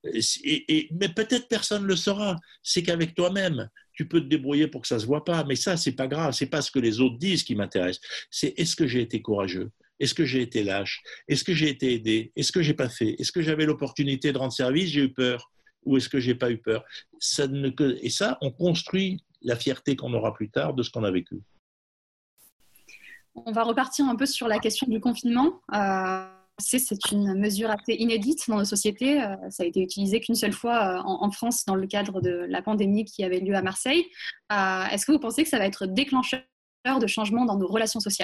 Et, et, mais peut-être personne ne le saura. C'est qu'avec toi-même, tu peux te débrouiller pour que ça ne se voit pas. Mais ça, ce n'est pas grave. Ce n'est pas ce que les autres disent qui m'intéresse. C'est est-ce que j'ai été courageux ? Est-ce que j'ai été lâche ? Est-ce que j'ai été aidé ? Est-ce que je n'ai pas fait ? Est-ce que j'avais l'opportunité de rendre service ? J'ai eu peur. Ou est-ce que je n'ai pas eu peur ? Ça ne, Et ça, on construit la fierté qu'on aura plus tard de ce qu'on a vécu. On va repartir un peu sur la question du confinement. Euh... C'est une mesure assez inédite dans nos sociétés. Ça a été utilisé qu'une seule fois en France dans le cadre de la pandémie qui avait lieu à Marseille. Est-ce que vous pensez que ça va être déclencheur de changement dans nos relations sociales ?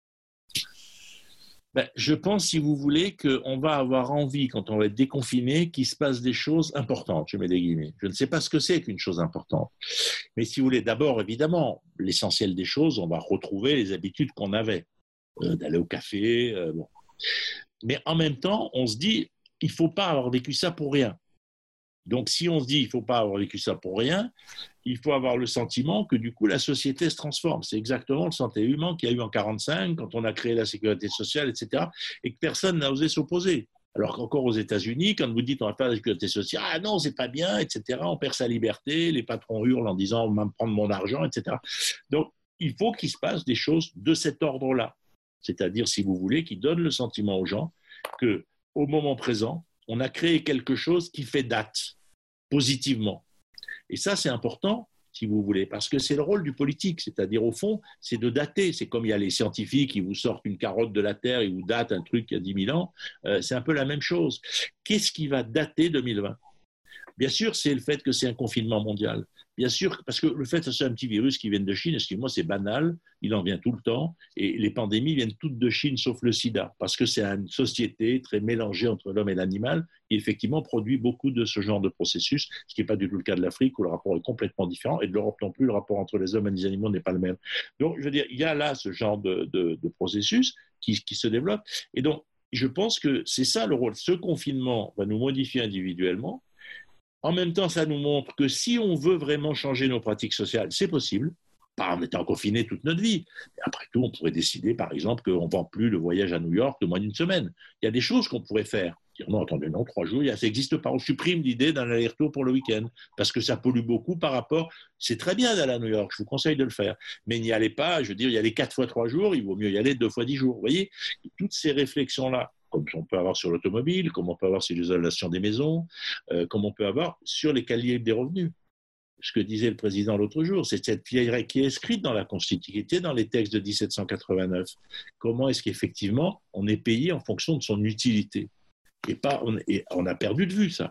Ben, je pense, si vous voulez, qu'on va avoir envie, quand on va être déconfiné, qu'il se passe des choses importantes, je mets des guillemets. Je ne sais pas ce que c'est qu'une chose importante. Mais si vous voulez, d'abord, évidemment, l'essentiel des choses, on va retrouver les habitudes qu'on avait, euh, d'aller au café, euh, bon. Mais en même temps, on se dit, il ne faut pas avoir vécu ça pour rien. Donc, si on se dit, il ne faut pas avoir vécu ça pour rien, il faut avoir le sentiment que, du coup, la société se transforme. C'est exactement le sentiment qu'il y a eu en quarante-cinq, quand on a créé la sécurité sociale, et cetera, et que personne n'a osé s'opposer. Alors qu'encore aux États-Unis, quand vous dites on va faire la sécurité sociale, ah non, c'est pas bien, et cetera, on perd sa liberté, les patrons hurlent en disant, on va me prendre mon argent, et cetera. Donc, il faut qu'il se passe des choses de cet ordre-là. C'est-à-dire, si vous voulez, qui donne le sentiment aux gens qu'au moment présent, on a créé quelque chose qui fait date, positivement. Et ça, c'est important, si vous voulez, parce que c'est le rôle du politique. C'est-à-dire, au fond, c'est de dater. C'est comme il y a les scientifiques qui vous sortent une carotte de la Terre et vous datent un truc il y a dix mille ans. Euh, c'est un peu la même chose. Qu'est-ce qui va dater deux mille vingt ? Bien sûr, c'est le fait que c'est un confinement mondial. Bien sûr, parce que le fait que c'est un petit virus qui vient de Chine, excusez-moi, c'est banal, il en vient tout le temps, et les pandémies viennent toutes de Chine, sauf le sida, parce que c'est une société très mélangée entre l'homme et l'animal, qui effectivement produit beaucoup de ce genre de processus, ce qui n'est pas du tout le cas de l'Afrique, où le rapport est complètement différent, et de l'Europe non plus, le rapport entre les hommes et les animaux n'est pas le même. Donc, je veux dire, il y a là ce genre de, de, de processus qui, qui se développe, et donc, je pense que c'est ça le rôle. Ce confinement va nous modifier individuellement. En même temps, ça nous montre que si on veut vraiment changer nos pratiques sociales, c'est possible, pas en étant confiné toute notre vie. Mais après tout, on pourrait décider, par exemple, qu'on ne vend plus le voyage à New York de moins d'une semaine. Il y a des choses qu'on pourrait faire. Dire non, attendez, non, trois jours, ça n'existe pas. On supprime l'idée d'un aller-retour pour le week-end parce que ça pollue beaucoup par rapport. C'est très bien d'aller à New York, je vous conseille de le faire. Mais n'y allez pas, je veux dire, y aller quatre fois trois jours, il vaut mieux y aller deux fois dix jours. Vous voyez, toutes ces réflexions-là, comme on peut avoir sur l'automobile, comme on peut avoir sur l'isolation des maisons, euh, comme on peut avoir sur les caliers des revenus. Ce que disait le président l'autre jour, c'est cette vieille règle qui est inscrite dans la Constitution, dans les textes de dix-sept cent quatre-vingt-neuf. Comment est-ce qu'effectivement on est payé en fonction de son utilité ? Et, pas, on, et on a perdu de vue ça.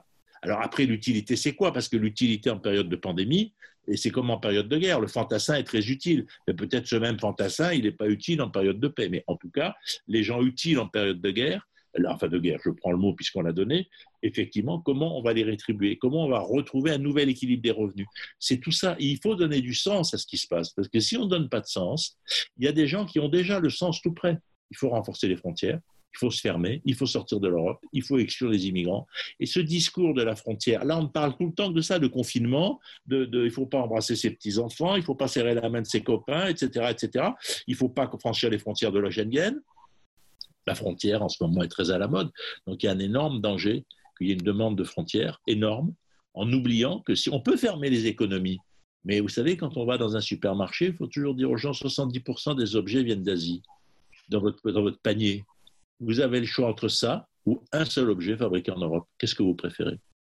Alors après, l'utilité, c'est quoi? Parce que l'utilité en période de pandémie, et c'est comme en période de guerre, le fantassin est très utile. Mais peut-être ce même fantassin, il n'est pas utile en période de paix. Mais en tout cas, les gens utiles en période de guerre, enfin de guerre, je prends le mot puisqu'on l'a donné, effectivement, comment on va les rétribuer? Comment on va retrouver un nouvel équilibre des revenus? C'est tout ça. Et il faut donner du sens à ce qui se passe. Parce que si on ne donne pas de sens, il y a des gens qui ont déjà le sens tout près. Il faut renforcer les frontières. Il faut se fermer, il faut sortir de l'Europe, il faut exclure les immigrants. Et ce discours de la frontière, là on parle tout le temps de ça, de confinement, de, de, il ne faut pas embrasser ses petits-enfants, il ne faut pas serrer la main de ses copains, et cetera, et cetera. Il ne faut pas franchir les frontières de la Schengen. La frontière en ce moment est très à la mode, donc il y a un énorme danger qu'il y ait une demande de frontières énorme, en oubliant que si on peut fermer les économies, mais vous savez, quand on va dans un supermarché, il faut toujours dire aux gens soixante-dix pour cent des objets viennent d'Asie, dans votre, dans votre panier. Vous avez le choix entre ça ou un seul objet fabriqué en Europe. Qu'est-ce que vous préférez?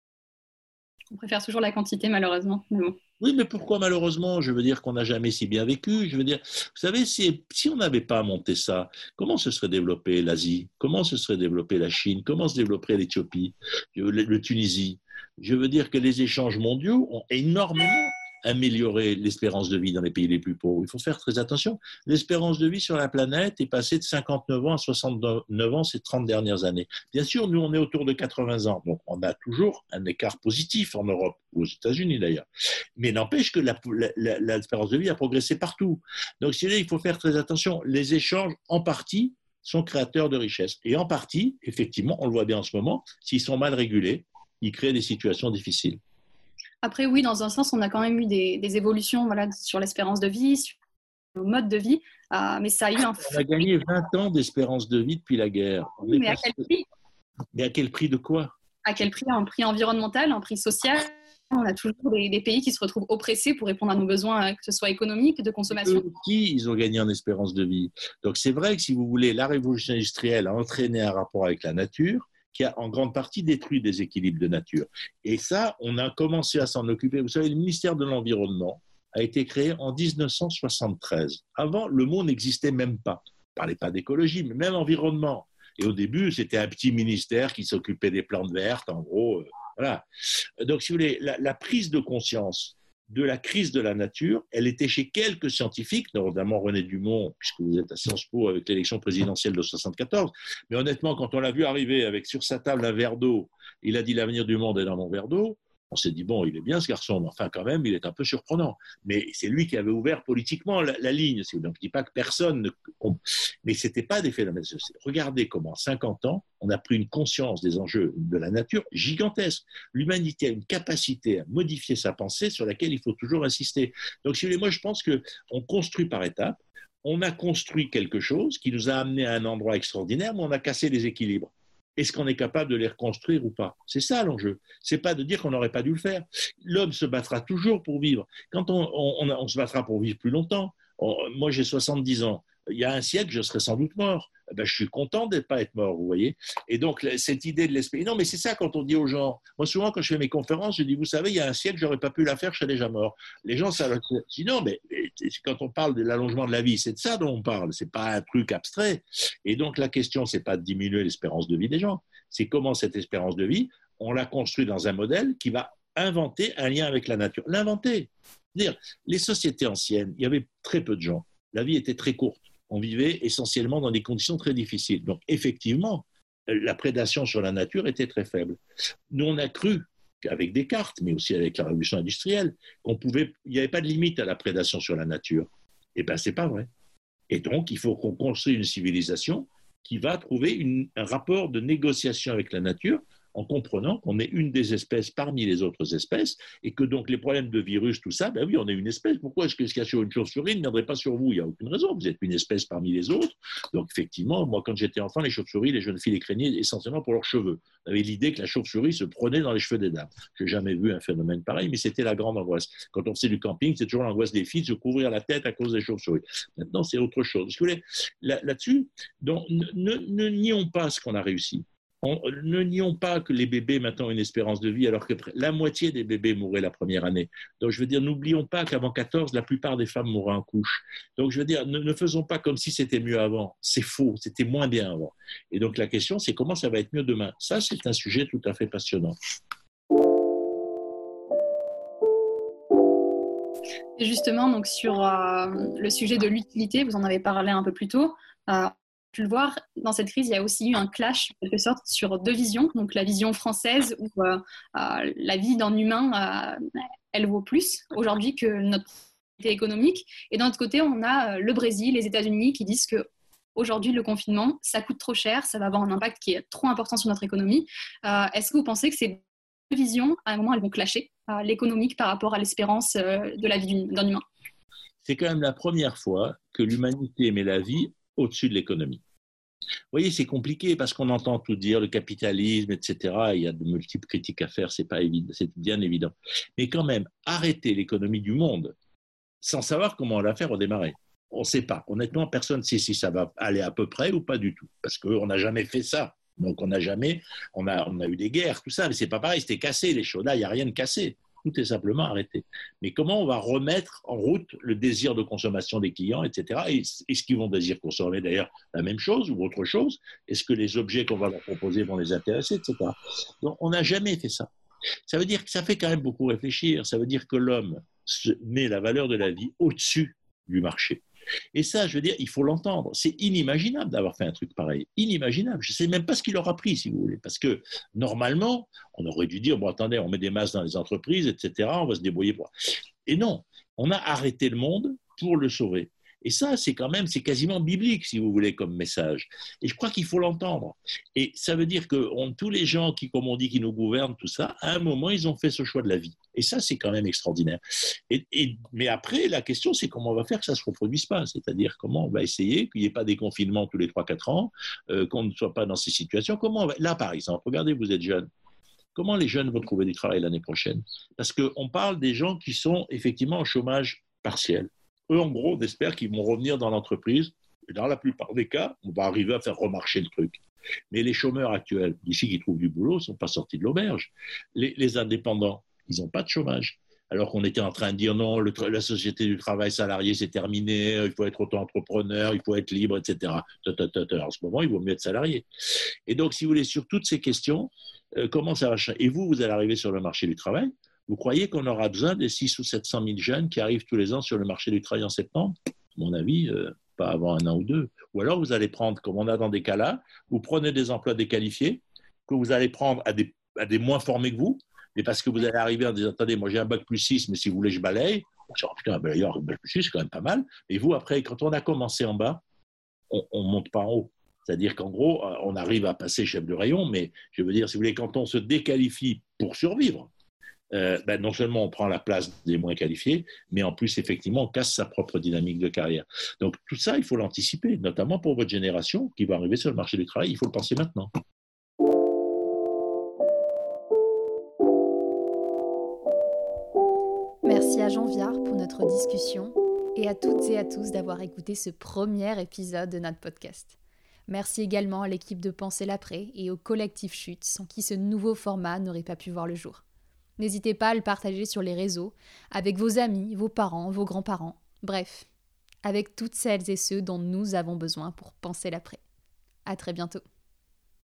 On préfère toujours la quantité, malheureusement. Mais bon. Oui, mais pourquoi malheureusement? Je veux dire qu'on n'a jamais si bien vécu. Je veux dire, vous savez, si, si on n'avait pas monté ça, comment se serait développée l'Asie? Comment se serait développée la Chine? Comment se développerait l'Éthiopie, le, le Tunisie? Je veux dire que les échanges mondiaux ont énormément améliorer l'espérance de vie dans les pays les plus pauvres. Il faut faire très attention. L'espérance de vie sur la planète est passée de cinquante-neuf ans à soixante-neuf ans ces trente dernières années. Bien sûr, nous, on est autour de quatre-vingts ans. Donc, on a toujours un écart positif en Europe, ou aux États-Unis d'ailleurs. Mais n'empêche que la, la, la, l'espérance de vie a progressé partout. Donc, si il faut faire très attention. Les échanges, en partie, sont créateurs de richesses. Et en partie, effectivement, on le voit bien en ce moment, s'ils sont mal régulés, ils créent des situations difficiles. Après, oui, dans un sens, on a quand même eu des, des évolutions voilà, sur l'espérance de vie, sur le mode de vie, euh, mais ça a eu un... On a gagné vingt ans d'espérance de vie depuis la guerre. On oui, mais à quel prix? Mais à quel prix de quoi? À quel prix? Un prix environnemental, un prix social? On a toujours des, des pays qui se retrouvent oppressés pour répondre à nos besoins, que ce soit économiques, de consommation. Eux, qui ils ont gagné en espérance de vie? Donc c'est vrai que si vous voulez, la révolution industrielle a entraîné un rapport avec la nature qui a en grande partie détruit des équilibres de nature. Et ça, on a commencé à s'en occuper. Vous savez, le ministère de l'Environnement a été créé en dix-neuf cent soixante-treize. Avant, le mot n'existait même pas. On ne parlait pas d'écologie, mais même environnement. Et au début, c'était un petit ministère qui s'occupait des plantes vertes, en gros. Euh, voilà. Donc, si vous voulez, la, la prise de conscience de la crise de la nature, elle était chez quelques scientifiques, notamment René Dumont, puisque vous êtes à Sciences Po avec l'élection présidentielle de soixante-quatorze. Mais honnêtement, quand on l'a vu arriver avec sur sa table un verre d'eau, il a dit l'avenir du monde est dans mon verre d'eau. On s'est dit, bon, il est bien ce garçon, mais enfin, quand même, il est un peu surprenant. Mais c'est lui qui avait ouvert politiquement la, la ligne. Donc, je ne dis pas que personne ne... Mais ce n'était pas des phénomènes. Regardez comment, en cinquante ans, on a pris une conscience des enjeux de la nature gigantesque. L'humanité a une capacité à modifier sa pensée sur laquelle il faut toujours insister. Donc, si vous voulez, moi, je pense qu'on construit par étapes. On a construit quelque chose qui nous a amené à un endroit extraordinaire, mais on a cassé les équilibres. Est-ce qu'on est capable de les reconstruire ou pas? C'est ça l'enjeu. C'est pas de dire qu'on n'aurait pas dû le faire. L'homme se battra toujours pour vivre. Quand on, on, on se battra pour vivre plus longtemps. On, moi, j'ai soixante-dix ans. Il y a un siècle, je serais sans doute mort. Ben, je suis content de ne pas être mort, vous voyez. Et donc, cette idée de l'espérance... Non, mais c'est ça quand on dit aux gens... Moi, souvent, quand je fais mes conférences, je dis, vous savez, il y a un siècle, je n'aurais pas pu la faire, je serais déjà mort. Les gens, ça... Je dis, non, mais quand on parle de l'allongement de la vie, c'est de ça dont on parle. Ce n'est pas un truc abstrait. Et donc, la question, ce n'est pas de diminuer l'espérance de vie des gens. C'est comment cette espérance de vie, on l'a construit dans un modèle qui va inventer un lien avec la nature. L'inventer. C'est-à-dire, les sociétés anciennes, il y avait très peu de gens. La vie était très courte. On vivait essentiellement dans des conditions très difficiles. Donc, effectivement, la prédation sur la nature était très faible. Nous, on a cru, avec Descartes, mais aussi avec la révolution industrielle, qu'on pouvait, il n'y avait pas de limite à la prédation sur la nature. Eh bien, ce n'est pas vrai. Et donc, il faut qu'on construise une civilisation qui va trouver une, un rapport de négociation avec la nature en comprenant qu'on est une des espèces parmi les autres espèces et que donc les problèmes de virus, tout ça, ben oui, on est une espèce. Pourquoi est-ce que ce qu'il y a sur une chauve-souris ne viendrait pas sur vous? Il n'y a aucune raison. Vous êtes une espèce parmi les autres. Donc effectivement, moi, quand j'étais enfant, les chauves-souris, les jeunes filles les craignaient essentiellement pour leurs cheveux. On avait l'idée que la chauve-souris se prenait dans les cheveux des dames. Je n'ai jamais vu un phénomène pareil, mais c'était la grande angoisse. Quand on faisait du camping, c'est toujours l'angoisse des filles de se couvrir la tête à cause des chauves-souris. Maintenant, c'est autre chose. Vous voulez, là, là-dessus, donc, ne, ne, ne nions pas ce qu'on a réussi. On, ne nions pas que les bébés maintenant ont une espérance de vie alors que la moitié des bébés mouraient la première année. Donc je veux dire, n'oublions pas qu'avant quatorze, la plupart des femmes mouraient en couche. Donc je veux dire, ne, ne faisons pas comme si c'était mieux avant. C'est faux, c'était moins bien avant. Et donc la question, c'est comment ça va être mieux demain. Ça, c'est un sujet tout à fait passionnant. Et justement, donc sur euh, le sujet de l'utilité, vous en avez parlé un peu plus tôt. Euh, pu le voir, dans cette crise, il y a aussi eu un clash, en quelque sorte, sur deux visions. Donc la vision française, où euh, euh, la vie d'un humain, euh, elle vaut plus aujourd'hui que notre activité économique. Et d'un autre côté, on a euh, le Brésil, les États-Unis, qui disent que aujourd'hui, le confinement, ça coûte trop cher, ça va avoir un impact qui est trop important sur notre économie. Euh, est-ce que vous pensez que ces deux visions, à un moment, elles vont clasher, euh, l'économique par rapport à l'espérance euh, de la vie d'un humain? C'est quand même la première fois que l'humanité met la vie au-dessus de l'économie. Vous voyez, c'est compliqué parce qu'on entend tout dire, le capitalisme, et cetera. Il y a de multiples critiques à faire, c'est pas évident, c'est bien évident. Mais quand même, arrêter l'économie du monde sans savoir comment on va faire redémarrer. On ne sait pas. Honnêtement, personne ne sait si ça va aller à peu près ou pas du tout. Parce qu'on n'a jamais fait ça. Donc, on n'a jamais, on a, on a eu des guerres, tout ça, mais c'est pas pareil, c'était cassé les choses. Là, il n'y a rien de cassé. Tout est simplement arrêté. Mais comment on va remettre en route le désir de consommation des clients, et cetera. Et est-ce qu'ils vont désirer consommer d'ailleurs la même chose ou autre chose? Est-ce que les objets qu'on va leur proposer vont les intéresser, et cetera. Donc, on n'a jamais fait ça. Ça veut dire que ça fait quand même beaucoup réfléchir. Ça veut dire que l'homme met la valeur de la vie au-dessus du marché. Et ça, je veux dire, il faut l'entendre. C'est inimaginable d'avoir fait un truc pareil. Inimaginable. Je ne sais même pas ce qu'il leur a pris, si vous voulez. Parce que, normalement, on aurait dû dire, bon, attendez, on met des masques dans les entreprises, et cetera, on va se débrouiller pour... Et non, on a arrêté le monde pour le sauver. Et ça, c'est quand même, c'est quasiment biblique, si vous voulez, comme message. Et je crois qu'il faut l'entendre. Et ça veut dire que on, tous les gens qui, comme on dit, qui nous gouvernent, tout ça, à un moment, ils ont fait ce choix de la vie. Et ça, c'est quand même extraordinaire. Et, et, mais après, la question, c'est comment on va faire que ça ne se reproduise pas. C'est-à-dire comment on va essayer qu'il n'y ait pas des confinements tous les trois quatre ans, euh, qu'on ne soit pas dans ces situations. Comment on va... Là, par exemple, regardez, vous êtes jeune. Comment les jeunes vont trouver du travail l'année prochaine? Parce qu'on parle des gens qui sont effectivement au chômage partiel. Eux, en gros, on espère qu'ils vont revenir dans l'entreprise. Et dans la plupart des cas, on va arriver à faire remarcher le truc. Mais les chômeurs actuels, d'ici qui trouvent du boulot, ne sont pas sortis de l'auberge. Les, les indépendants, ils n'ont pas de chômage. Alors qu'on était en train de dire non, le, la société du travail salarié, c'est terminé, il faut être auto-entrepreneur, il faut être libre, et cetera. En ce moment, il vaut mieux être salarié. Et donc, si vous voulez, sur toutes ces questions, euh, comment ça va changer? Et vous, vous allez arriver sur le marché du travail. Vous croyez qu'on aura besoin des six ou sept cent mille jeunes qui arrivent tous les ans sur le marché du travail en septembre? À mon avis, euh, pas avant un an ou deux. Ou alors vous allez prendre, comme on a dans des cas-là, vous prenez des emplois déqualifiés, que vous allez prendre à des, à des moins formés que vous, mais parce que vous allez arriver en disant, attendez, moi j'ai un bac plus six, mais si vous voulez, je balaye. On se dit, oh, putain, d'ailleurs, un bac plus six, c'est quand même pas mal. Et vous, après, quand on a commencé en bas, on ne monte pas en haut. C'est-à-dire qu'en gros, on arrive à passer chef de rayon, mais je veux dire, si vous voulez, quand on se déqualifie pour survivre, Euh, ben non seulement on prend la place des moins qualifiés, mais en plus, effectivement, on casse sa propre dynamique de carrière. Donc, tout ça, il faut l'anticiper, notamment pour votre génération qui va arriver sur le marché du travail. Il faut le penser maintenant. Merci à Jean Viard pour notre discussion et à toutes et à tous d'avoir écouté ce premier épisode de notre podcast. Merci également à l'équipe de Penser l'après et au collectif Chute, sans qui ce nouveau format n'aurait pas pu voir le jour. N'hésitez pas à le partager sur les réseaux, avec vos amis, vos parents, vos grands-parents, bref, avec toutes celles et ceux dont nous avons besoin pour penser l'après. À très bientôt.